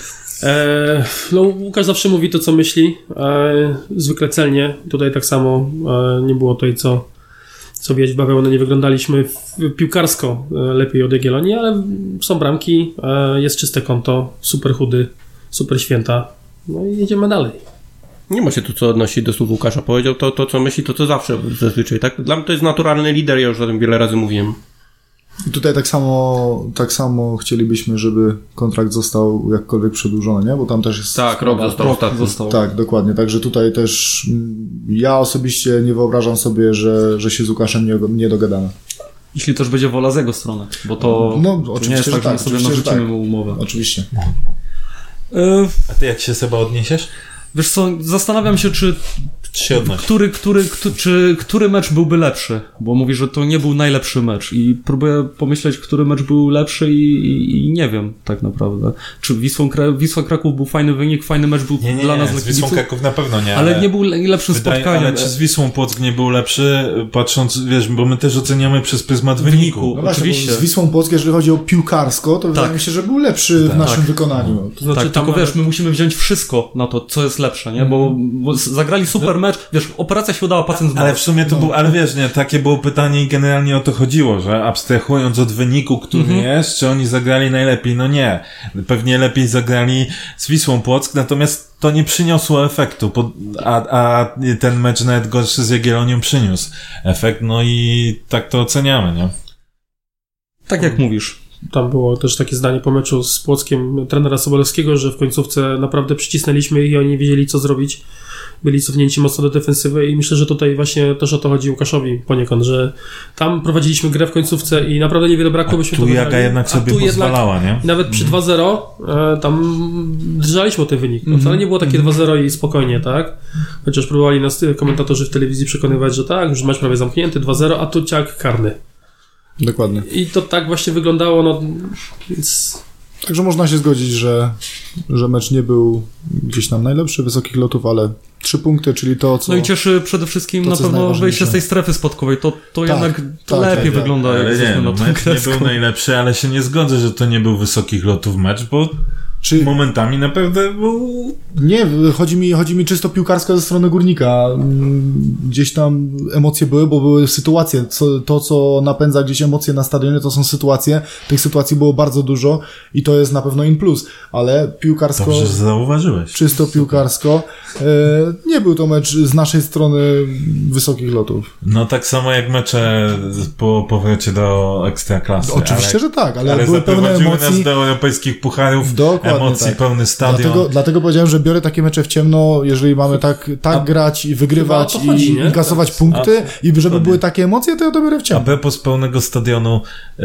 E, no, Łukasz zawsze mówi to, co myśli, e, zwykle celnie. Tutaj tak samo e, nie było tutaj co, co wiedzieć, bawełny nie wyglądaliśmy w, piłkarsko e, lepiej od Jagiellonii, ale są bramki, e, jest czyste konto, super chudy, super święta, no i jedziemy dalej. Nie ma się tu co odnosić do słów Łukasza. Powiedział to, to, co myśli, to co zawsze zazwyczaj, tak? Dla mnie to jest naturalny lider, ja już o tym wiele razy mówiłem. I tutaj tak samo, tak samo chcielibyśmy, żeby kontrakt został jakkolwiek przedłużony, nie? Bo tam też jest... Tak, rok został ostatni. Został. Tak, dokładnie. Także tutaj też mm, ja osobiście nie wyobrażam sobie, że, że się z Łukaszem nie, nie dogadamy. Jeśli też będzie wola z jego strony, bo to, No, to oczywiście, nie jest tak, że tak, my sobie oczywiście, narzucimy tak. mu umowę. Oczywiście. E, A ty jak się Seba odniesiesz? Wiesz co, zastanawiam się, czy Się odnosi. który, który, który, czy, który mecz byłby lepszy, bo mówi, że to nie był najlepszy mecz i próbuję pomyśleć, który mecz był lepszy i, i, i nie wiem tak naprawdę. Czy Wisłą, Wisła Kraków był fajny wynik, fajny mecz był Nie, nie, dla nie, nas z dla Wisłą kibiców, Kraków na pewno nie, ale, ale nie był lepszym wydaje, spotkaniem. ale czy z Wisłą Płock nie był lepszy, patrząc, wiesz, bo my też oceniamy przez pryzmat wyniku. No właśnie, Oczywiście. bo z Wisłą Płock, jeżeli chodzi o piłkarsko, to wydaje mi się, że był lepszy w naszym wykonaniu. To znaczy, Tak, tam tylko nawet- wiesz, my musimy wziąć wszystko na to, co jest lepsze, nie? Bo, bo zagrali super mecz, wiesz, operacja się udała, pacjent zmarł. Ale w sumie to był, ale wiesz, nie, takie było pytanie i generalnie o to chodziło, że abstrahując od wyniku, który Mhm. jest, czy oni zagrali najlepiej? No nie. Pewnie lepiej zagrali z Wisłą Płock, natomiast to nie przyniosło efektu, po- a, a ten mecz nawet gorszy z Jagiellonią przyniósł efekt, no i tak to oceniamy, nie? Tak jak mówisz. Tam było też takie zdanie po meczu z Płockiem trenera Sobolewskiego, że w końcówce naprawdę przycisnęliśmy i oni nie wiedzieli, co zrobić. Byli cofnięci mocno do defensywy i myślę, że tutaj właśnie też o to chodzi Łukaszowi poniekąd, że tam prowadziliśmy grę w końcówce i naprawdę niewiele brakło, byśmy Tu to Jaga wygrali. jednak A sobie tu pozwalała, nie? I nawet przy dwa zero e, tam drżaliśmy o ten wynik. No, wcale nie było takie dwa zero i spokojnie, tak? Chociaż próbowali nas y, komentatorzy w telewizji przekonywać, że tak, już mecz prawie zamknięty, dwa zero, a tu ciak karny. Dokładnie. I to tak właśnie wyglądało, no więc... Także można się zgodzić, że, że mecz nie był gdzieś tam najlepszy, wysokich lotów, ale trzy punkty, czyli to, co... No i cieszy przede wszystkim to, na co jest pewno najważniejsze. wyjście z tej strefy spadkowej. To, to Tak, jednak tak, lepiej tak, tak. wygląda, jak Ale nie, jesteśmy no, na tą mecz nie kreską. był najlepszy, ale się nie zgodzę, że to nie był wysokich lotów mecz, bo Czy... momentami naprawdę był... Nie, chodzi mi, chodzi mi czysto piłkarsko ze strony Górnika. Mm, Gdzieś tam emocje były, bo były sytuacje. Co, to, co napędza gdzieś emocje na stadionie, to są sytuacje. Tych sytuacji było bardzo dużo i to jest na pewno in plus. Ale piłkarsko, Dobrze, że zauważyłeś. czysto piłkarsko, e, nie był to mecz z naszej strony wysokich lotów. No tak samo jak mecze po powrocie do Ekstraklasy. Oczywiście, ale, że tak, ale, ale były pełne zaprowadziły emocji. nas do europejskich pucharów, Dokładnie emocji, tak. pełny stadion. Dlatego, dlatego powiedziałem, że biorę takie mecze w ciemno, jeżeli mamy tak, tak A- grać i wygrywać chyba o to chodzi, i, nie? i kasować punkty i żeby dokładnie. były takie emocje, to ja to biorę w A ciemno. propos pełnego stadionu, y,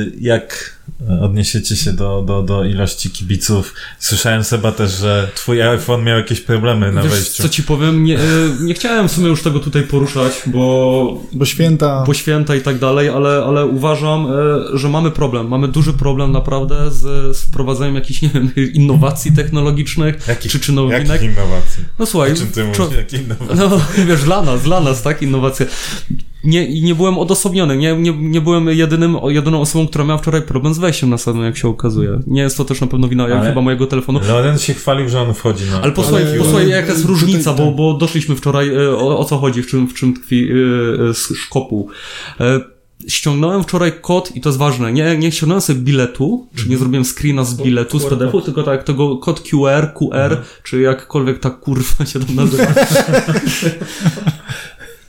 jak odniesiecie się do, do, do ilości kibiców? Słyszałem, Seba, też, że twój iPhone miał jakieś problemy na Wiesz, wejściu. co ci powiem, nie, e, nie chciałem w sumie już tego tutaj poruszać, bo, Bo święta... bo święta i tak dalej, ale, ale uważam, e, że mamy problem. Mamy duży problem naprawdę z, z wprowadzeniem jakichś, nie wiem, innowacji technologicznych, Jakich, czy, czy nowinek. jakich innowacji? No słuchaj, O czym ty mówisz? czo- Jakie innowacje? no wiesz, dla nas, dla nas, tak, innowacje. Nie, i nie byłem odosobniony, nie, nie, nie byłem jedynym, jedyną osobą, która miała wczoraj problem z wejściem na stadion, jak się okazuje. Nie jest to też na pewno wina jak Ale- chyba mojego telefonu. Loren się chwalił, że on wchodzi na... Ale posłuchaj, Ale- posłuchaj jaka jest tutaj- różnica, bo, tak. bo doszliśmy wczoraj, e, o, o co chodzi, w czym, w czym tkwi e, e, szkopuł. E, ściągnąłem wczoraj kod i to jest ważne, nie, nie ściągnąłem sobie biletu, czy nie zrobiłem screena z biletu, z P D F-u, tylko tak tego kod Q R, Q R, czy jakkolwiek ta kurwa się tam nazywa.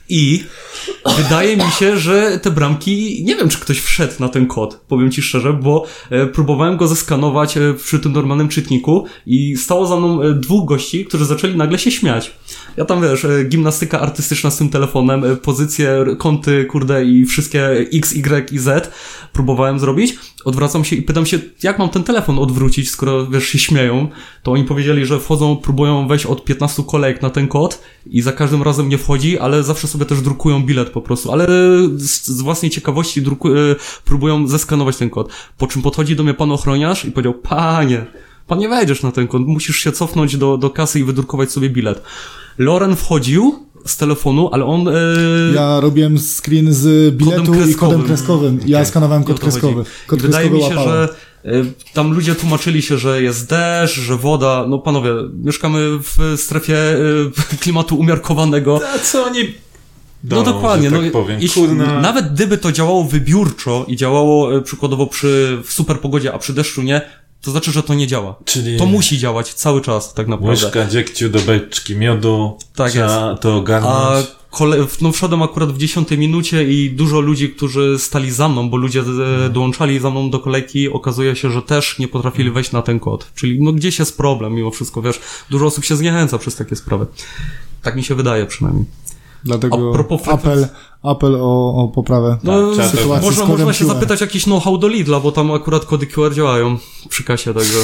I wydaje mi się, że te bramki, nie wiem, czy ktoś wszedł na ten kod, powiem ci szczerze, bo e, próbowałem go zeskanować e, przy tym normalnym czytniku i stało za mną e, dwóch gości, którzy zaczęli nagle się śmiać. Ja tam, wiesz, e, gimnastyka artystyczna z tym telefonem, e, pozycje, kąty, kurde i wszystkie X, Y i Z próbowałem zrobić. Odwracam się i pytam się, jak mam ten telefon odwrócić, skoro, wiesz, się śmieją. To oni powiedzieli, że wchodzą, próbują wejść od piętnastu kolejek na ten kod i za każdym razem nie wchodzi, ale zawsze sobie też drukują bilet po prostu, ale z, z własnej ciekawości druku, y, próbują zeskanować ten kod. Po czym podchodzi do mnie pan ochroniarz i powiedział, panie, pan nie wejdziesz na ten kod, musisz się cofnąć do, do kasy i wydrukować sobie bilet. Loren wchodził z telefonu, ale on... Yy... Ja robiłem screen z biletu kodem i kodem kreskowym. Ja okay. skanowałem kod kreskowy. Kod wydaje mi się, łapałem. że y, tam ludzie tłumaczyli się, że jest deszcz, że woda. No panowie, mieszkamy w strefie y, klimatu umiarkowanego. A co oni... No Doną, dokładnie, tak no powiem. Jeśli, Kurna... nawet gdyby to działało wybiórczo i działało y, przykładowo przy w super pogodzie, a przy deszczu nie, to znaczy, że to nie działa. Czyli to musi działać cały czas, tak naprawdę. Łyżka dziegciu do beczki miodu, tak trzeba jest. To ogarnąć. A kole... no wszedłem akurat w dziesiątej minucie i dużo ludzi, którzy stali za mną, bo ludzie hmm. dołączali za mną do kolejki, okazuje się, że też nie potrafili wejść na ten kod. Czyli no gdzieś jest problem mimo wszystko, wiesz, dużo osób się zniechęca przez takie sprawy. Tak mi się wydaje przynajmniej. Dlatego apel, apel o, o poprawę no, tak, sytuacji. Można, można się zapytać jakiś know-how do Lidla, bo tam akurat kody Q R działają przy kasie, także...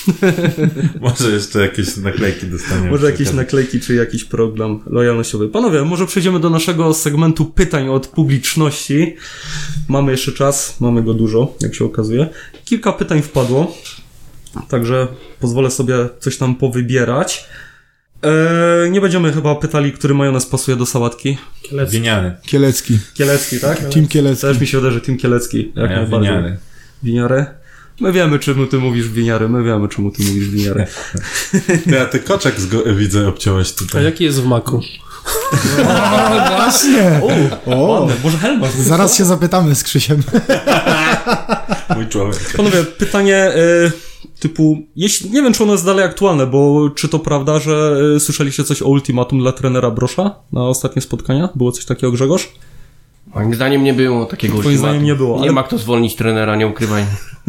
Może jeszcze jakieś naklejki dostaniemy. Może jakieś naklejki, czy jakiś program lojalnościowy. Panowie, może przejdziemy do naszego segmentu pytań od publiczności. Mamy jeszcze czas, mamy go dużo, jak się okazuje. Kilka pytań wpadło, także pozwolę sobie coś tam powybierać. Eee, nie będziemy chyba pytali, który majonez pasuje do sałatki. Kielecki. Winiary. Kielecki. Kielecki, tak? Team Kielecki. Też mi się wydaje, że Team Kielecki. Jak ja najbardziej. Winiary. Winiary? My wiemy, czemu ty mówisz winiary, my wiemy, czemu ty mówisz winiary. Ja ty koczek zgo- widzę obciąłeś tutaj. A jaki jest w maku? O, właśnie! O, ładne. Może helma. Zaraz się zapytamy z Krzysiem. Mój człowiek. Panowie, pytanie... Y- Typu, jeśli, nie wiem, czy ono jest dalej aktualne, bo czy to prawda, że y, słyszeliście coś o ultimatum dla trenera Brosza na ostatnie spotkania? Było coś takiego, Grzegorz? Moim zdaniem nie było takiego ultimatum. Moim zdaniem nie było. Nie ale... ma kto zwolnić trenera, nie ukrywaj.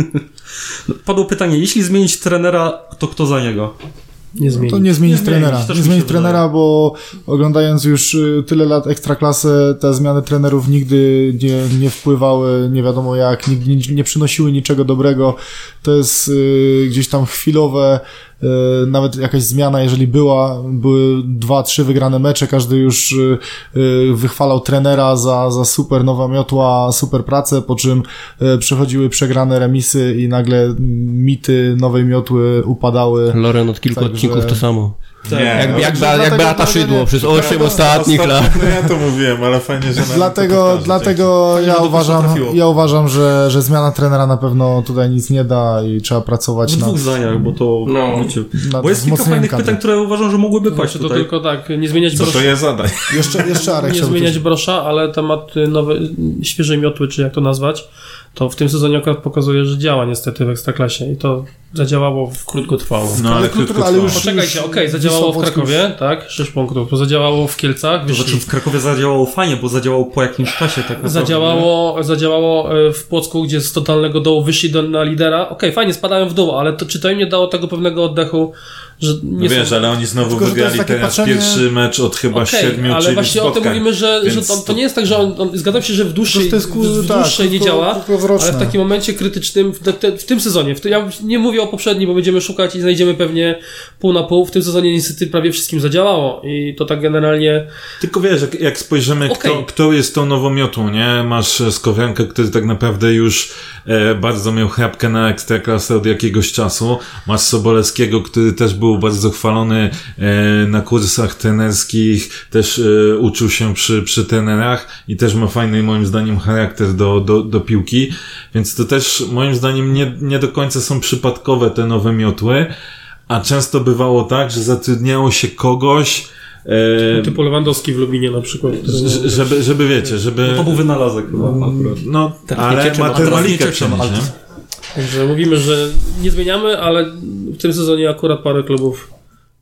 Padło pytanie, jeśli zmienić trenera, to kto za niego? Nie zmienić. To nie zmienić nie trenera. Zmienić, nie zmienić trenera, wydaje. Bo oglądając już tyle lat Ekstraklasy, te zmiany trenerów nigdy nie, nie wpływały, nie wiadomo jak, nigdy nie, nie przynosiły niczego dobrego. To jest y, gdzieś tam chwilowe, y, nawet jakaś zmiana, jeżeli była, były dwa, trzy wygrane mecze, każdy już y, y, wychwalał trenera za, za super nowa miotła, super pracę, po czym y, przechodziły przegrane remisy i nagle mity nowej miotły upadały. Loren od kilku Także... odcinków to samo. Nie, jak, no, jak, jak, jak Beata Szydło nie, przez osiem ostatnich lat. No ja to mówiłem, ale fajnie, że Dlatego, dlatego ja uważam, ja uważam, że, że zmiana trenera na pewno tutaj nic nie da i trzeba pracować w na... dwóch zdaniach, bo to... No. Wiecie, bo jest kilka fajnych kadry. Pytań, które uważam, że mogłyby paść to tutaj. tylko tak, nie zmieniać Brosza. Co to je zadaj? Jeszcze, jeszcze Arek Nie zmieniać Brosza, ale temat nowe, świeżej miotły, czy jak to nazwać, to w tym sezonie akurat pokazuje, że działa niestety w Ekstraklasie i to zadziałało w krótkotrwało. No ale krótko ale już Poczekajcie, okej, okay, zadziałało w Krakowie, tak, sześć punktów, to zadziałało w Kielcach. To znaczy w Krakowie zadziałało fajnie, bo zadziałało po jakimś czasie tak naprawdę. Zadziałało, zadziałało w Płocku, gdzie z totalnego dołu wyszli do, na lidera. Okej, okay, fajnie, spadają w dół, ale to, czy to im nie dało tego pewnego oddechu, że nie no wiesz, są... ale oni znowu Tylko, wygrali teraz patrzenie... pierwszy mecz od chyba okay, siedmiu ale czy właśnie spotkań. o tym mówimy, że, że to, to nie jest tak, że on, on zgadzam się, że w dłuższej, to jest ku, w dłuższej tak, nie to, działa, to, to ale w takim momencie krytycznym, w, te, w tym sezonie, w te, ja nie mówię o poprzednim, bo będziemy szukać i znajdziemy pewnie pół na pół, w tym sezonie niestety prawie wszystkim zadziałało i to tak generalnie... Tylko wiesz, jak, jak spojrzymy, okay. kto, kto jest tą nową miotłą, nie? Masz Skowronkę, który tak naprawdę już e, bardzo miał chrapkę na Ekstraklasę od jakiegoś czasu, masz Sobolewskiego, który też był bardzo chwalony e, na kursach trenerskich, też e, uczył się przy, przy trenerach i też ma fajny moim zdaniem charakter do, do, do piłki, więc to też moim zdaniem nie, nie do końca są przypadkowe te nowe miotły, a często bywało tak, że zatrudniało się kogoś e, typu Lewandowski w Lublinie na przykład. Ż, żeby, żeby wiecie, żeby... No to był wynalazek chyba akurat. No, ale ma tę malikę przenieść, Także mówimy, że nie zmieniamy, ale w tym sezonie akurat parę klubów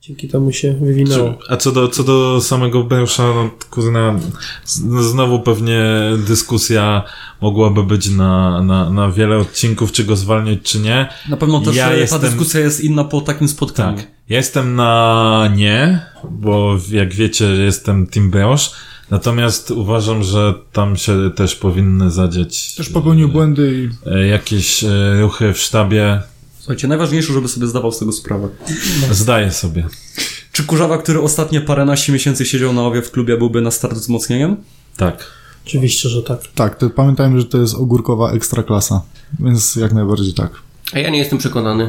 Dzięki temu się wywinęło. A co do, co do samego Beusza, no kurna, znowu pewnie dyskusja mogłaby być na, na, na wiele odcinków, czy go zwalniać, czy nie. Na pewno też ja ta jestem... dyskusja jest inna po takim spotkaniu. Tak. Ja jestem na nie, bo jak wiecie, jestem Team Beusz. Natomiast uważam, że tam się też powinny zadzieć Też popełnił błędy i... jakieś ruchy w sztabie. Słuchajcie, najważniejsze, żeby sobie zdawał z tego sprawę. Zdaję sobie. Czy Kurzawa, który ostatnie paręnaście miesięcy siedział na ławie w klubie, byłby na start wzmocnieniem? Tak. Oczywiście, że tak. Tak, to pamiętajmy, że to jest ogórkowa ekstraklasa, więc jak najbardziej tak. A ja nie jestem przekonany.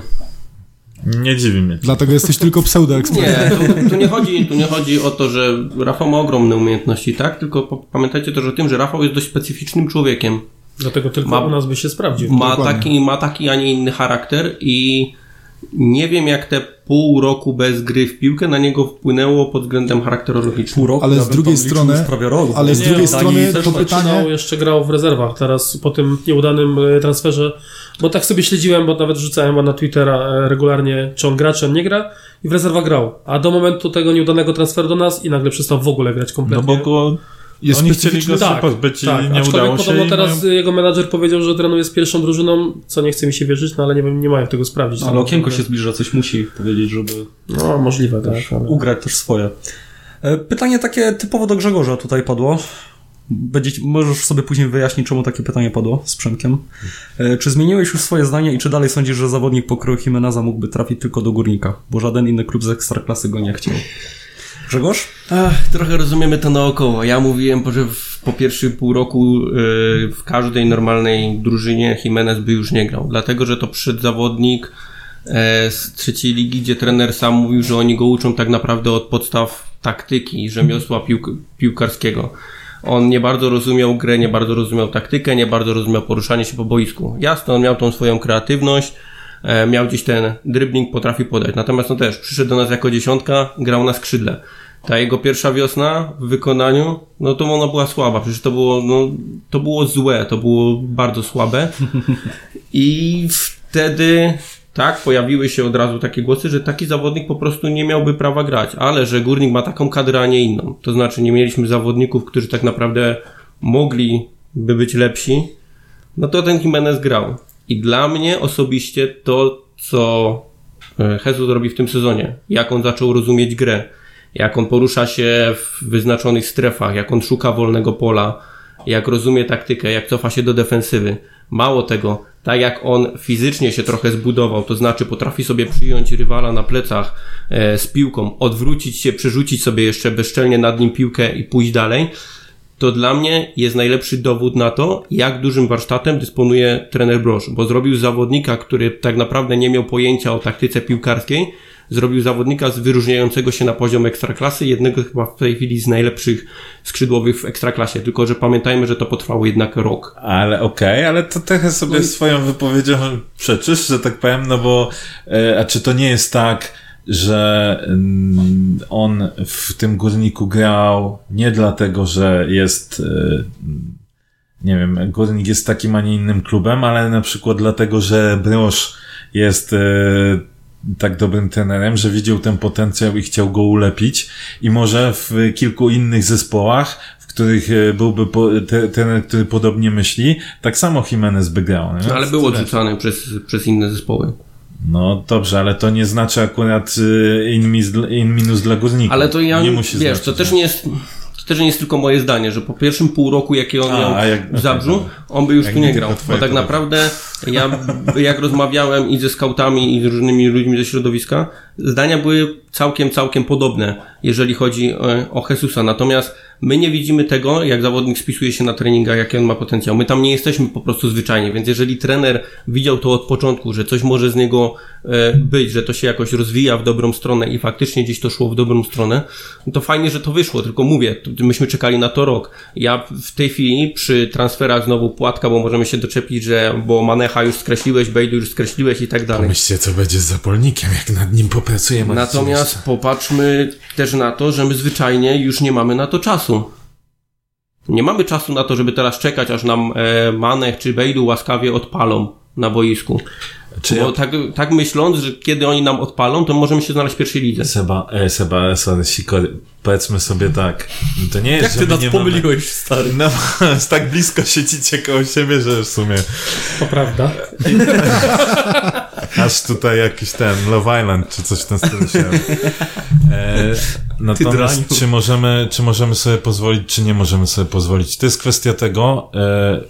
Nie dziwi mnie. Dlatego jesteś tylko pseudoekspertem. Nie, tu, tu, nie chodzi, tu nie chodzi o to, że Rafał ma ogromne umiejętności, tak? Tylko po, pamiętajcie też o tym, że Rafał jest dość specyficznym człowiekiem. Dlatego tylko ma, u nas by się sprawdził. Ma taki, ma taki, a nie inny charakter i nie wiem, jak te pół roku bez gry w piłkę na niego wpłynęło pod względem charakterologicznym. Pół roku, ale ja z drugiej strony, rok, ale z nie, drugiej on strony to pytanie... jeszcze grał w rezerwach teraz po tym nieudanym transferze, bo tak sobie śledziłem, bo nawet rzucałem na Twittera regularnie, czy on gra, czy on nie gra i w rezerwach grał. A do momentu tego nieudanego transferu do nas i nagle przestał w ogóle grać kompletnie. No bo go... Jest Oni chcieli go tak, pozbyć i tak. nie Aczkolwiek udało się. podobno teraz mają... jego menadżer powiedział, że trenuje z pierwszą drużyną, co nie chce mi się wierzyć, no ale nie wiem, nie mają tego sprawdzić. Ale okienko się zbliża, coś musi powiedzieć, żeby... No, możliwe, tak. Ale... ugrać też swoje. Pytanie takie typowo do Grzegorza tutaj padło. Będziecie, możesz sobie później wyjaśnić, czemu takie pytanie padło z Przemkiem. Czy zmieniłeś już swoje zdanie i czy dalej sądzisz, że zawodnik pokroju Jimeneza mógłby trafić tylko do Górnika? Bo żaden inny klub z Ekstraklasy go nie chciał. Grzegorz? Ach, trochę rozumiemy to naokoło. Ja mówiłem, że w, po pierwszym pół roku yy, w każdej normalnej drużynie Jimenez by już nie grał. Dlatego, że to przyszedł zawodnik e, z trzeciej ligi, gdzie trener sam mówił, że oni go uczą tak naprawdę od podstaw taktyki, rzemiosła piłk- piłkarskiego. On nie bardzo rozumiał grę, nie bardzo rozumiał taktykę, nie bardzo rozumiał poruszanie się po boisku. Jasne, on miał tą swoją kreatywność, e, miał gdzieś ten dribbling, potrafił podać. Natomiast on też przyszedł do nas jako dziesiątka, grał na skrzydle. Ta jego pierwsza wiosna w wykonaniu, no to ona była słaba. Przecież to było, no, to było złe, to było bardzo słabe. I wtedy, tak, pojawiły się od razu takie głosy, że taki zawodnik po prostu nie miałby prawa grać, ale że Górnik ma taką kadrę, a nie inną. To znaczy nie mieliśmy zawodników, którzy tak naprawdę mogliby być lepsi, no to ten Jimenez grał. I dla mnie osobiście to, co Jesus robi w tym sezonie, jak on zaczął rozumieć grę, jak on porusza się w wyznaczonych strefach, jak on szuka wolnego pola, jak rozumie taktykę, jak cofa się do defensywy. Mało tego, tak jak on fizycznie się trochę zbudował, to znaczy potrafi sobie przyjąć rywala na plecach e, z piłką, odwrócić się, przerzucić sobie jeszcze bezczelnie nad nim piłkę i pójść dalej, to dla mnie jest najlepszy dowód na to, jak dużym warsztatem dysponuje trener Broż, bo zrobił zawodnika, który tak naprawdę nie miał pojęcia o taktyce piłkarskiej, zrobił zawodnika z wyróżniającego się na poziom ekstraklasy, jednego chyba w tej chwili z najlepszych skrzydłowych w ekstraklasie, tylko że pamiętajmy, że to potrwało jednak rok. Ale okej, okay, ale to trochę sobie no i... swoją wypowiedzią przeczysz, że tak powiem, no bo e, a czy to nie jest tak, że mm, on w tym Górniku grał nie dlatego, że jest e, nie wiem, Górnik jest takim, a nie innym klubem, ale na przykład dlatego, że Broż jest e, tak dobrym trenerem, że widział ten potencjał i chciał go ulepić i może w kilku innych zespołach, w których byłby po, te, trener, który podobnie myśli, tak samo Jimenez by grał. No, ale był odrzucany przez, przez inne zespoły. No dobrze, ale to nie znaczy akurat in, mis, in minus dla Górnika. Ale to ja, nie musi wiesz, znaczyć, to też nie jest... To też nie jest tylko moje zdanie, że po pierwszym pół roku, jakie on a, miał jak, w Zabrzu, okay, on by już tu nie grał. Bo tak naprawdę ja, jak rozmawiałem i ze skautami, i z różnymi ludźmi ze środowiska, zdania były całkiem, całkiem podobne, jeżeli chodzi o Jesusa. Natomiast my nie widzimy tego, jak zawodnik spisuje się na treningach, jaki on ma potencjał. My tam nie jesteśmy po prostu zwyczajnie, więc jeżeli trener widział to od początku, że coś może z niego być, że to się jakoś rozwija w dobrą stronę i faktycznie gdzieś to szło w dobrą stronę, to fajnie, że to wyszło, tylko mówię, myśmy czekali na to rok. Ja w tej chwili przy transferach znowu płatka, bo możemy się doczepić, że bo Manecha już skreśliłeś, Bejdu już skreśliłeś i tak dalej. Pomyślcie, co będzie z Zapolnikiem, jak nad nim popracujemy. Natomiast popatrzmy też na to, że my zwyczajnie już nie mamy na to czasu. Nie mamy czasu na to, żeby teraz czekać, aż nam e, Manech czy Bejdu łaskawie odpalą. na boisku. Czy Bo ja... tak, tak myśląc, że kiedy oni nam odpalą, to możemy się znaleźć w pierwszej lidze. Seba, e, Seba, sorry, Sikory, powiedzmy sobie tak, to nie jest, Jak że ty my nas nie pomyliłeś, mamy... stary? No, tak blisko siedzicie koło siebie, że w sumie To prawda. aż tutaj jakiś ten Love Island, czy coś w ten stylu się... E, natomiast czy możemy, czy możemy sobie pozwolić, czy nie możemy sobie pozwolić? To jest kwestia tego, e,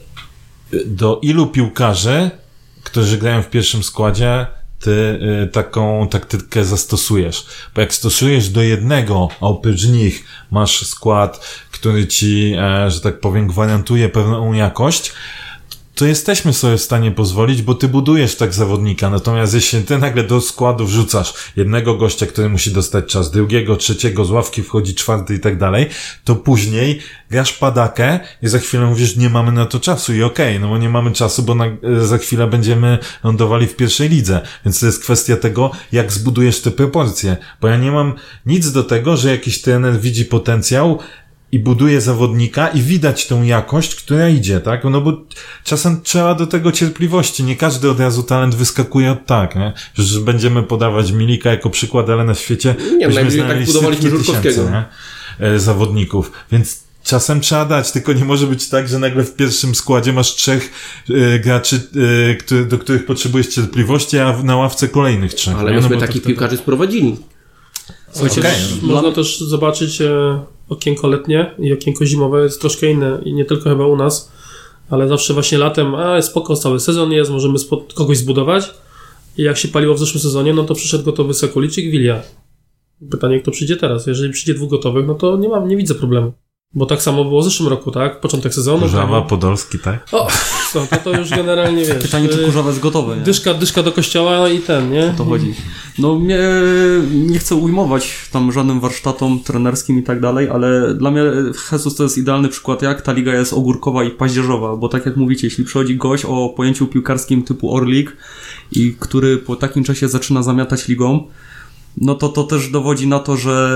do ilu piłkarzy, którzy grają w pierwszym składzie, ty y, taką taktykę zastosujesz. Bo jak stosujesz do jednego, a oprócz nich masz skład, który ci, e, że tak powiem, gwarantuje pewną jakość, to jesteśmy sobie w stanie pozwolić, bo ty budujesz tak zawodnika. Natomiast jeśli ty nagle do składu wrzucasz jednego gościa, który musi dostać czas, drugiego, trzeciego, z ławki wchodzi czwarty i tak dalej, to później grasz padakę i za chwilę mówisz, nie mamy na to czasu i okej, okay, no bo nie mamy czasu, bo na, za chwilę będziemy lądowali w pierwszej lidze. Więc to jest kwestia tego, jak zbudujesz te proporcje. Bo ja nie mam nic do tego, że jakiś trener widzi potencjał i buduje zawodnika i widać tą jakość, która idzie, tak? No bo czasem trzeba do tego cierpliwości. Nie każdy od razu talent wyskakuje od tak, nie? Że będziemy podawać Milika jako przykład, ale na świecie nie, byśmy tak znaleźli budowaliśmy setki tysięcy, nie? E, zawodników. Więc czasem trzeba dać, tylko nie może być tak, że nagle w pierwszym składzie masz trzech e, graczy, e, który, do których potrzebujesz cierpliwości, a na ławce kolejnych trzech. Ale nie? myśmy No takich wtedy... piłkarzy sprowadzili. Słuchajcie, Okay. można też zobaczyć e, okienko letnie i okienko zimowe jest troszkę inne i nie tylko chyba u nas, ale zawsze właśnie latem, a spoko, cały sezon jest, możemy spod, kogoś zbudować i jak się paliło w zeszłym sezonie, no to przyszedł gotowy Sekulicz i Gwilia. Pytanie, kto przyjdzie teraz? Jeżeli przyjdzie dwóch gotowych, no to nie mam, nie widzę problemu. Bo tak samo było w zeszłym roku, tak? Początek sezonu. Kurzawa, tak? Podolski, tak? O, no to, to już generalnie wiesz. Pytanie, czy Kurzawa jest gotowy, nie? Dyszka, dyszka do kościoła i ten, nie? O to chodzi. No mnie, nie chcę ujmować tam żadnym warsztatom trenerskim i tak dalej, ale dla mnie Jesus to jest idealny przykład, jak ta liga jest ogórkowa i paździerzowa, bo tak jak mówicie, jeśli przychodzi gość o pojęciu piłkarskim typu Orlik i który po takim czasie zaczyna zamiatać ligą, no to to też dowodzi na to, że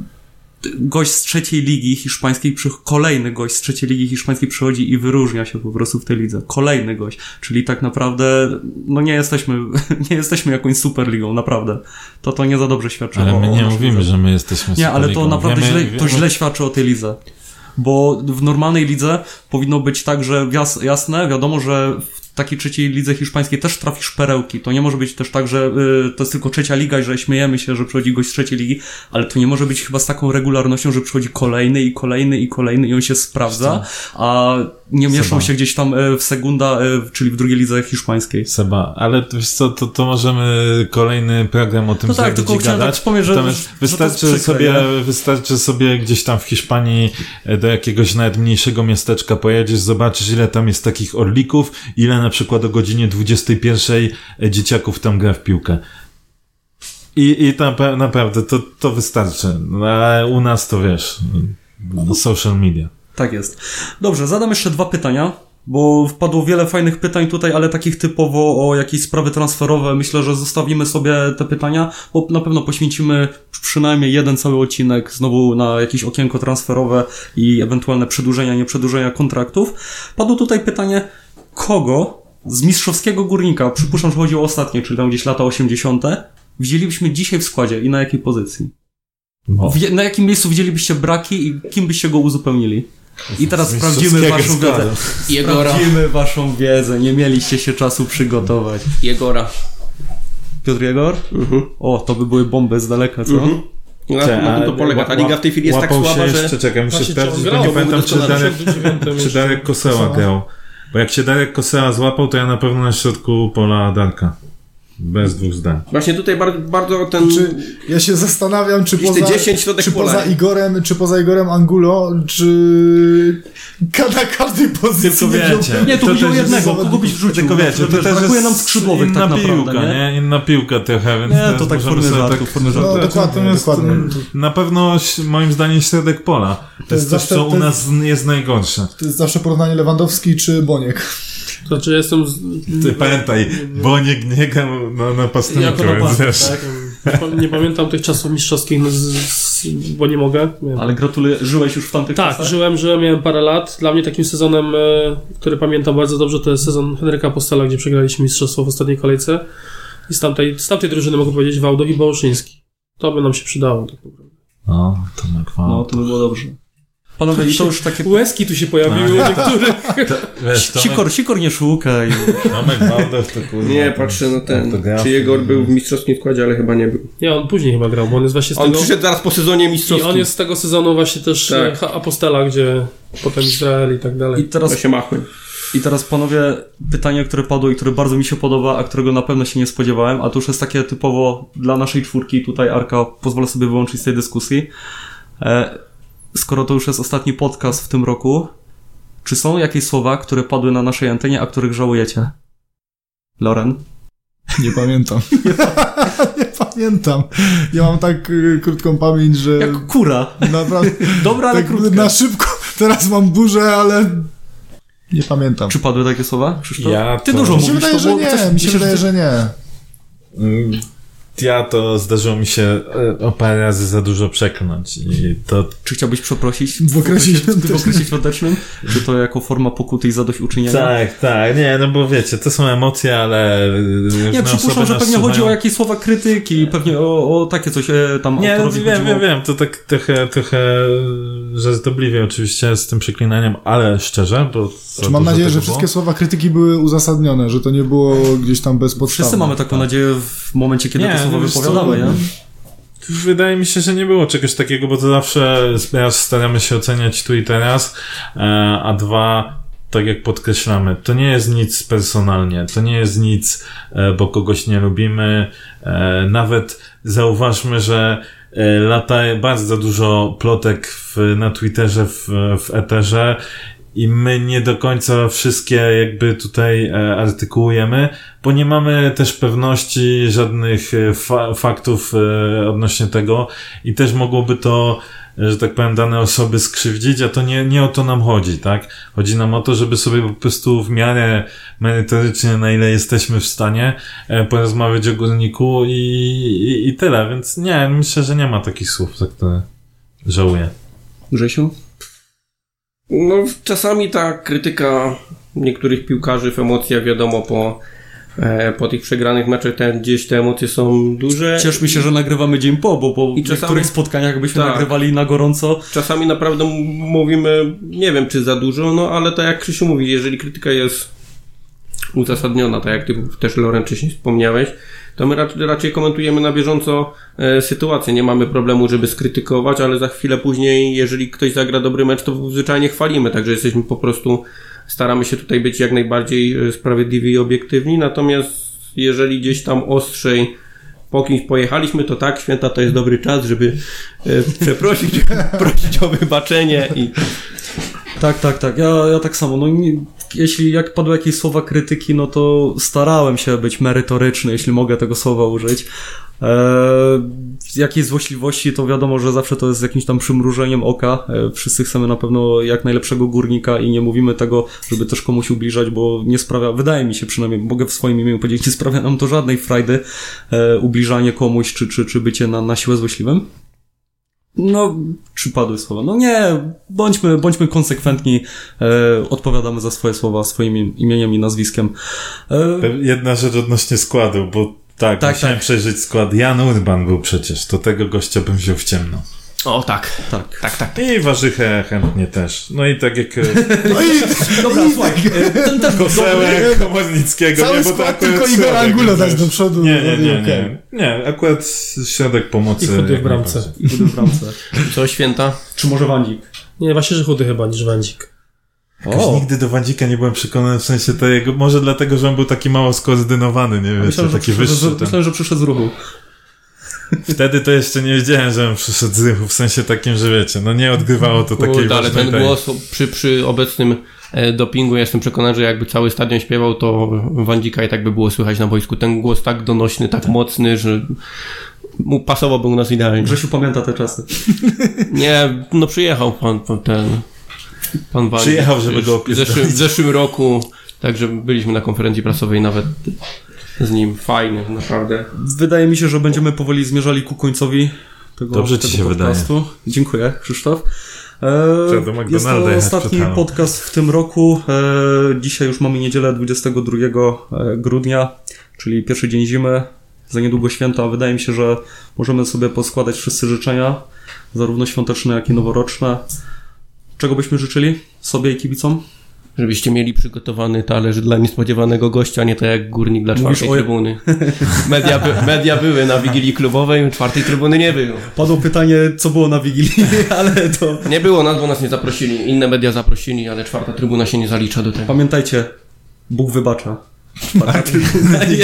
gość z trzeciej ligi hiszpańskiej, kolejny gość z trzeciej ligi hiszpańskiej przychodzi i wyróżnia się po prostu w tej lidze. Kolejny gość. Czyli tak naprawdę, no nie jesteśmy, nie jesteśmy jakąś superligą, naprawdę. To to nie za dobrze świadczy ale o, my nie o naszej mówimy, lidze. że my jesteśmy Nie, ale to superligą. naprawdę wiemy, źle, to wiemy... źle świadczy o tej lidze. Bo w normalnej lidze powinno być tak, że jas, jasne, wiadomo, że w takiej trzeciej lidze hiszpańskiej też trafisz perełki. To nie może być też tak, że y, to jest tylko trzecia liga i że śmiejemy się, że przychodzi gość z trzeciej ligi, ale to nie może być chyba z taką regularnością, że przychodzi kolejny i kolejny i kolejny i on się sprawdza, a nie mieszczą Seba. się gdzieś tam y, w Segunda, y, czyli w drugiej lidze hiszpańskiej. Seba, ale wiesz co, to, to możemy kolejny program o tym No tak, zrobić tylko i chciałem gadać. tak wspomnieć, że, Natomiast że wystarczy, to jest przykre, sobie, nie? wystarczy sobie gdzieś tam w Hiszpanii do jakiegoś nawet mniejszego miasteczka pojedziesz, zobaczysz ile tam jest takich orlików, ile na przykład o godzinie dwudziestej pierwszej dzieciaków tam gra w piłkę. I, i tam naprawdę to, to wystarczy. A u nas to wiesz, social media. Tak jest. Dobrze, zadam jeszcze dwa pytania, bo wpadło wiele fajnych pytań tutaj, ale takich typowo o jakieś sprawy transferowe. Myślę, że zostawimy sobie te pytania, bo na pewno poświęcimy przynajmniej jeden cały odcinek znowu na jakieś okienko transferowe i ewentualne przedłużenia, nieprzedłużenia kontraktów. Padło tutaj pytanie, kogo z mistrzowskiego Górnika, przypuszczam, że chodzi o ostatnie, czyli tam gdzieś lata osiemdziesiąte, wzięlibyśmy dzisiaj w składzie i na jakiej pozycji? No. W, na jakim miejscu widzielibyście braki i kim byście go uzupełnili? I teraz sprawdzimy waszą wiedzę. Jegora. Sprawdzimy waszą wiedzę. Nie mieliście się czasu przygotować. Jegora. Piotr Jegor? Mhm. O, to by były bomby z daleka, co? Mhm. Na, na tym to polega. Ta liga w tej chwili jest tak słaba, się że... jeszcze, czekaj, muszę Właśnie, sprawdzić, czy bo on nie grał, pamiętam, bo czy Darek, dziewiątym czy Darek Koseła grał. Bo jak się Darek Koseła złapał, to ja na pewno na środku pola Darka. Bez dwóch zdań. Właśnie tutaj bardzo, bardzo ten... Czy ja się zastanawiam, czy Listę poza, dziesięć środek czy pola. poza Igorem, czy poza Igorem Angulo, czy na każdej pozycji Tylko nie wiecie, wziął- Nie, tu To wziął też jest jednego, zawodnik. kogo byś wrzucił. Tylko wiecie, to Wiesz, też brakuje jest nam skrzydłowych inna tak naprawdę, piłka, nie? nie? Inna piłka trochę, więc Nie, teraz to tak w możemy formie sobie żartu, w formie żartu. No, dokładnie, Natomiast dokładnie. na pewno moim zdaniem środek pola. To jest coś, zawsze- co to u jest- nas jest najgorsze. To jest zawsze porównanie Lewandowski czy Boniek. To znaczy, ja jestem... Z... Ty pamiętaj, Boniek nie grał na, na Ja pastylniku, to więc napastnik, wiesz. tak? Nie pamiętam tych czasów mistrzowskich z, z więc, bo nie mogę. Miałem... Ale gratuluję, żyłeś już w tamtych Tak, czasach? żyłem, że miałem parę lat. Dla mnie takim sezonem, który pamiętam bardzo dobrze, to jest sezon Henryka Postela, gdzie przegraliśmy mistrzostwo w ostatniej kolejce. I z tamtej, z tamtej drużyny mogę powiedzieć Wałdoch i Bołoszyński. To by nam się przydało tak naprawdę. No, Tomek Wałdoch. No, to by było dobrze. Panowie, i to już takie... Łezki tu się pojawiły u niektórych. To, wiesz, Tomek, Sikor, sikor nie szukaj. Tomek Wałdoch to kurwa... Nie, patrzę na ten, autografy. czy Jegor był w mistrzowskim składzie, ale chyba nie był. Nie, on później chyba grał, bo on jest właśnie z On tego... przyszedł zaraz po sezonie I mistrzowskim. on jest z tego sezonu właśnie też Tak. tak. Apostela, gdzie potem Izrael i tak I dalej. To teraz, się machły. I teraz, panowie, pytanie, które padło i które bardzo mi się podoba, a którego na pewno się nie spodziewałem, a to już jest takie typowo dla naszej czwórki, tutaj Arka pozwolę sobie wyłączyć z tej dyskusji. E, skoro to już jest ostatni podcast w tym roku, czy są jakieś słowa, które padły na naszej antenie, a których żałujecie? Loren? Nie pamiętam. Nie pamiętam. Ja mam tak y, krótką pamięć, że... Jak kura. Naprawdę... Dobra, ale tak krótka. na szybko. Teraz mam burzę, ale... Nie pamiętam. Czy padły takie słowa, Krzysztof? Ja Ty to- dużo Mi się mówisz, wydaje, to że było nie. coś- Mi się myślę, wydaje, ty- że nie. Mm, Ja to zdarzyło mi się e, o parę razy za dużo przeklnąć i to... Czy chciałbyś przeprosić W okresie w świątecznym. okresie świątecznym? Czy to jako forma pokuty i zadośćuczynienia? Tak, tak, nie, no bo wiecie, to są emocje, ale... Nie, przypuszczam, że pewnie chodzi o jakieś słowa krytyki, pewnie o, o takie coś e, tam Nie, no, autorowi wiem, chodziło. wiem, wiem, to tak trochę, trochę żartobliwie oczywiście z tym przeklinaniem, ale szczerze, bo... za Czy mam dużo nadzieję, tego że było. wszystkie słowa krytyki były uzasadnione, że to nie było gdzieś tam bezpodstawne. Wszyscy mamy taką nadzieję w momencie, kiedy Nie, te słowa no wiesz co, wypowiadamy, nie? Wydaje mi się, że nie było czegoś takiego, bo to zawsze raz staramy się oceniać tu i teraz, e, a dwa, tak jak podkreślamy, to nie jest nic personalnie, to nie jest nic, e, bo kogoś nie lubimy, e, nawet zauważmy, że e, lata bardzo dużo plotek w, na Twitterze, w, w eterze i my nie do końca wszystkie jakby tutaj e, artykułujemy, bo nie mamy też pewności żadnych e, fa- faktów e, odnośnie tego i też mogłoby to, e, że tak powiem, dane osoby skrzywdzić, a to nie, nie o to nam chodzi, tak? Chodzi nam o to, żeby sobie po prostu w miarę merytorycznie, na ile jesteśmy w stanie, e, porozmawiać o Górniku i, i, i tyle, więc nie, myślę, że nie ma takich słów, za które żałuję. Grzesiu? No, czasami ta krytyka niektórych piłkarzy w emocjach, wiadomo, po, e, po tych przegranych meczach ten, gdzieś te emocje są duże. Cieszmy się, że nagrywamy dzień po, bo po I czasami- niektórych spotkaniach jakbyśmy Tak. nagrywali na gorąco. Czasami naprawdę m- mówimy, nie wiem czy za dużo, no ale tak jak Krzysiu mówi, jeżeli krytyka jest uzasadniona, tak jak ty też Loren wcześniej wspomniałeś, to my raczej, raczej komentujemy na bieżąco e, sytuację. Nie mamy problemu, żeby skrytykować, ale za chwilę później, jeżeli ktoś zagra dobry mecz, to zwyczajnie chwalimy, także jesteśmy po prostu, staramy się tutaj być jak najbardziej e, sprawiedliwi i obiektywni, natomiast jeżeli gdzieś tam ostrzej po kimś pojechaliśmy, to tak, święta to jest dobry czas, żeby e, przeprosić, prosić o wybaczenie i Tak, tak, tak. Ja, ja tak samo. No, nie, jeśli jak padły jakieś słowa krytyki, no to starałem się być merytoryczny, jeśli mogę tego słowa użyć. Eee, jakiejś złośliwości, to wiadomo, że zawsze to jest z jakimś tam przymrużeniem oka. Eee, wszyscy chcemy na pewno jak najlepszego Górnika i nie mówimy tego, żeby też komuś ubliżać, bo nie sprawia, wydaje mi się przynajmniej, mogę w swoim imieniu powiedzieć, nie sprawia nam to żadnej frajdy, eee, ubliżanie komuś, czy, czy, czy bycie na, na siłę złośliwym. No, czy padły słowa? No nie, bądźmy, bądźmy konsekwentni, e, odpowiadamy za swoje słowa swoim im- imieniem i nazwiskiem. E, Jedna rzecz odnośnie składu, bo tak, Tak, musiałem tak. przejrzeć skład. Jan Urban był przecież, to tego gościa bym wziął w ciemno. o tak, tak. tak, tak. I Warzychę chętnie też. No i tak jak e, No i Dobra, słuchaj, e, ten też Kosełek, Komornickiego, cały nie, bo to skład akurat tylko Igor środek, Angulo więc dać wiesz. do przodu. Nie, nie, no i nie, okej. nie. Nie, akurat środek pomocy. I chudy jak w bramce. najbardziej. w bramce. Co święta? Czy może Wandzik? Nie, właśnie, że chudy chyba niż Wandzik. Jakoś nigdy do Wandzika nie byłem przekonany, w sensie to jego, może dlatego, że on był taki mało skoordynowany, nie wiesz, Myślałem, że taki przyszedł, wyższy. z, Ten. myślałem, że przyszedł z ruchu. Wtedy to jeszcze nie wiedziałem, że on przyszedł z ruchu, w sensie takim, że wiecie, no nie odgrywało to takiej Kurde, ale ważnej ten tej- głos przy, przy obecnym e, dopingu, ja jestem przekonany, że jakby cały stadion śpiewał, to Wandzika i tak by było słychać na boisku. Ten głos tak donośny, tak mocny, że mu pasowałby u nas idealnie. Grzesiu pamięta te czasy. Nie, no przyjechał pan, pan ten pan Wandzik. Przyjechał, żeby go w zeszłym, w zeszłym roku, także byliśmy na konferencji prasowej nawet z nim. Fajny, naprawdę. Wydaje mi się, że będziemy powoli zmierzali ku końcowi tego, Dobrze tego ci się podcastu. wydaje. Dziękuję, Krzysztof. Trzeba do E, jest to McDonalda jechać ostatni przed rano. podcast w tym roku. E, dzisiaj już mamy niedzielę dwudziestego drugiego grudnia, czyli pierwszy dzień zimy. Za niedługo święta. Wydaje mi się, że możemy sobie poskładać wszyscy życzenia, zarówno świąteczne, jak i noworoczne. Czego byśmy życzyli sobie i kibicom? Żebyście mieli przygotowany talerz dla niespodziewanego gościa, nie tak jak Górnik dla Mówisz czwartej o- trybuny. Media, by, media były na Wigilii Klubowej, czwartej trybuny nie było. Padło pytanie, co było na Wigilii, ale to... Nie było nas, bo nas nie zaprosili. Inne media zaprosili, ale czwarta trybuna się nie zalicza do tego. Pamiętajcie, Bóg wybacza. Czwarta trybuna nie.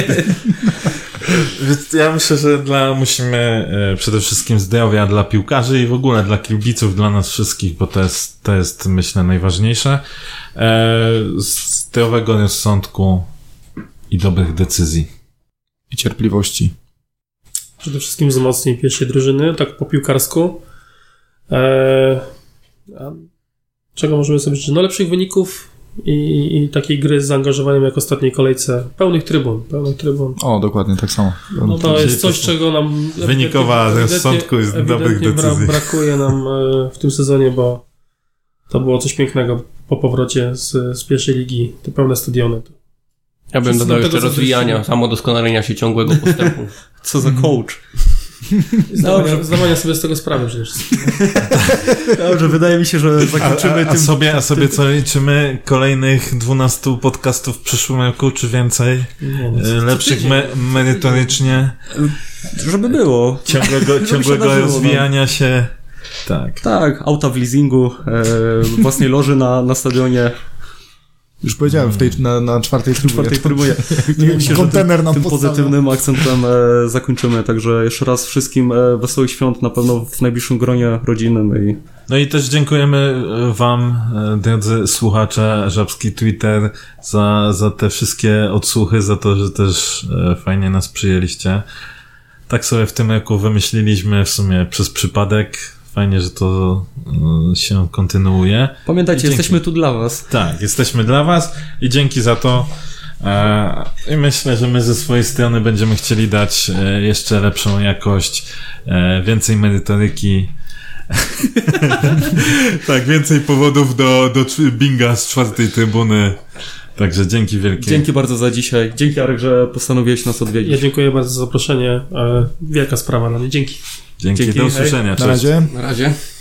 Więc ja myślę, że dla, musimy e, przede wszystkim zdrowia dla piłkarzy i w ogóle dla kibiców, dla nas wszystkich, bo to jest, to jest myślę najważniejsze. E, zdrowego rozsądku i dobrych decyzji. I cierpliwości. Przede wszystkim wzmocnień pierwszej drużyny, tak po piłkarsku. Eee, a czego możemy sobie życzyć? No lepszych wyników i, i, i takiej gry z zaangażowaniem jak w ostatniej kolejce. Pełnych trybun, pełnych trybun. O, dokładnie, tak samo. No to jest coś, czego nam Wynikowa ewidentnie- rozsądku i z ewidentnie dobrych bra- decyzji. brakuje nam e, w tym sezonie, bo to było coś pięknego po powrocie z, z pierwszej ligi. Te pełne stadiony. Ja bym Wszyscy dodał do jeszcze tego rozwijania, zazdrościli. samodoskonalenia się, ciągłego postępu. Co za coach. Zdawania, zdawania sobie z tego sprawy przecież. Dobrze, wydaje mi się, że A, zakończymy a, a, tym... sobie, a sobie co liczymy? Kolejnych dwunastu podcastów w przyszłym roku, czy więcej? Nie, no, E, co Lepszych tydzień. me, merytorycznie, Żeby było. ciągłego, się ciągłego darzyło, no. rozwijania się. Tak. Tak, auta w leasingu, e, własnej loży na, na stadionie, Już powiedziałem, w tej, na, na czwartej trybunie. czwartej trybunie. Nie wiem, się, że kontener tym, nam tym postawił. pozytywnym akcentem e, zakończymy. Także jeszcze raz wszystkim e, wesołych świąt, na pewno w najbliższym gronie rodzinnym. I No i też dziękujemy e, wam, e, drodzy słuchacze, Żabski Twitter, za, za te wszystkie odsłuchy, za to, że też e, fajnie nas przyjęliście. Tak sobie w tym roku wymyśliliśmy w sumie przez przypadek. Fajnie, że to e, się kontynuuje. pamiętajcie, Dzięki. jesteśmy tu dla was. Tak, jesteśmy dla was i dzięki za to. E, I myślę, że my ze swojej strony będziemy chcieli dać e, jeszcze lepszą jakość, e, więcej merytoryki. Tak, więcej powodów do, do cz- binga z czwartej trybuny. Także dzięki wielkie. Dzięki bardzo za dzisiaj. Dzięki, Arek, że postanowiłeś nas odwiedzić. Ja dziękuję bardzo za zaproszenie. E, wielka sprawa dla mnie. Dzięki. Dzięki, Dzięki, do hej. usłyszenia. Na Cześć. razie. Na razie.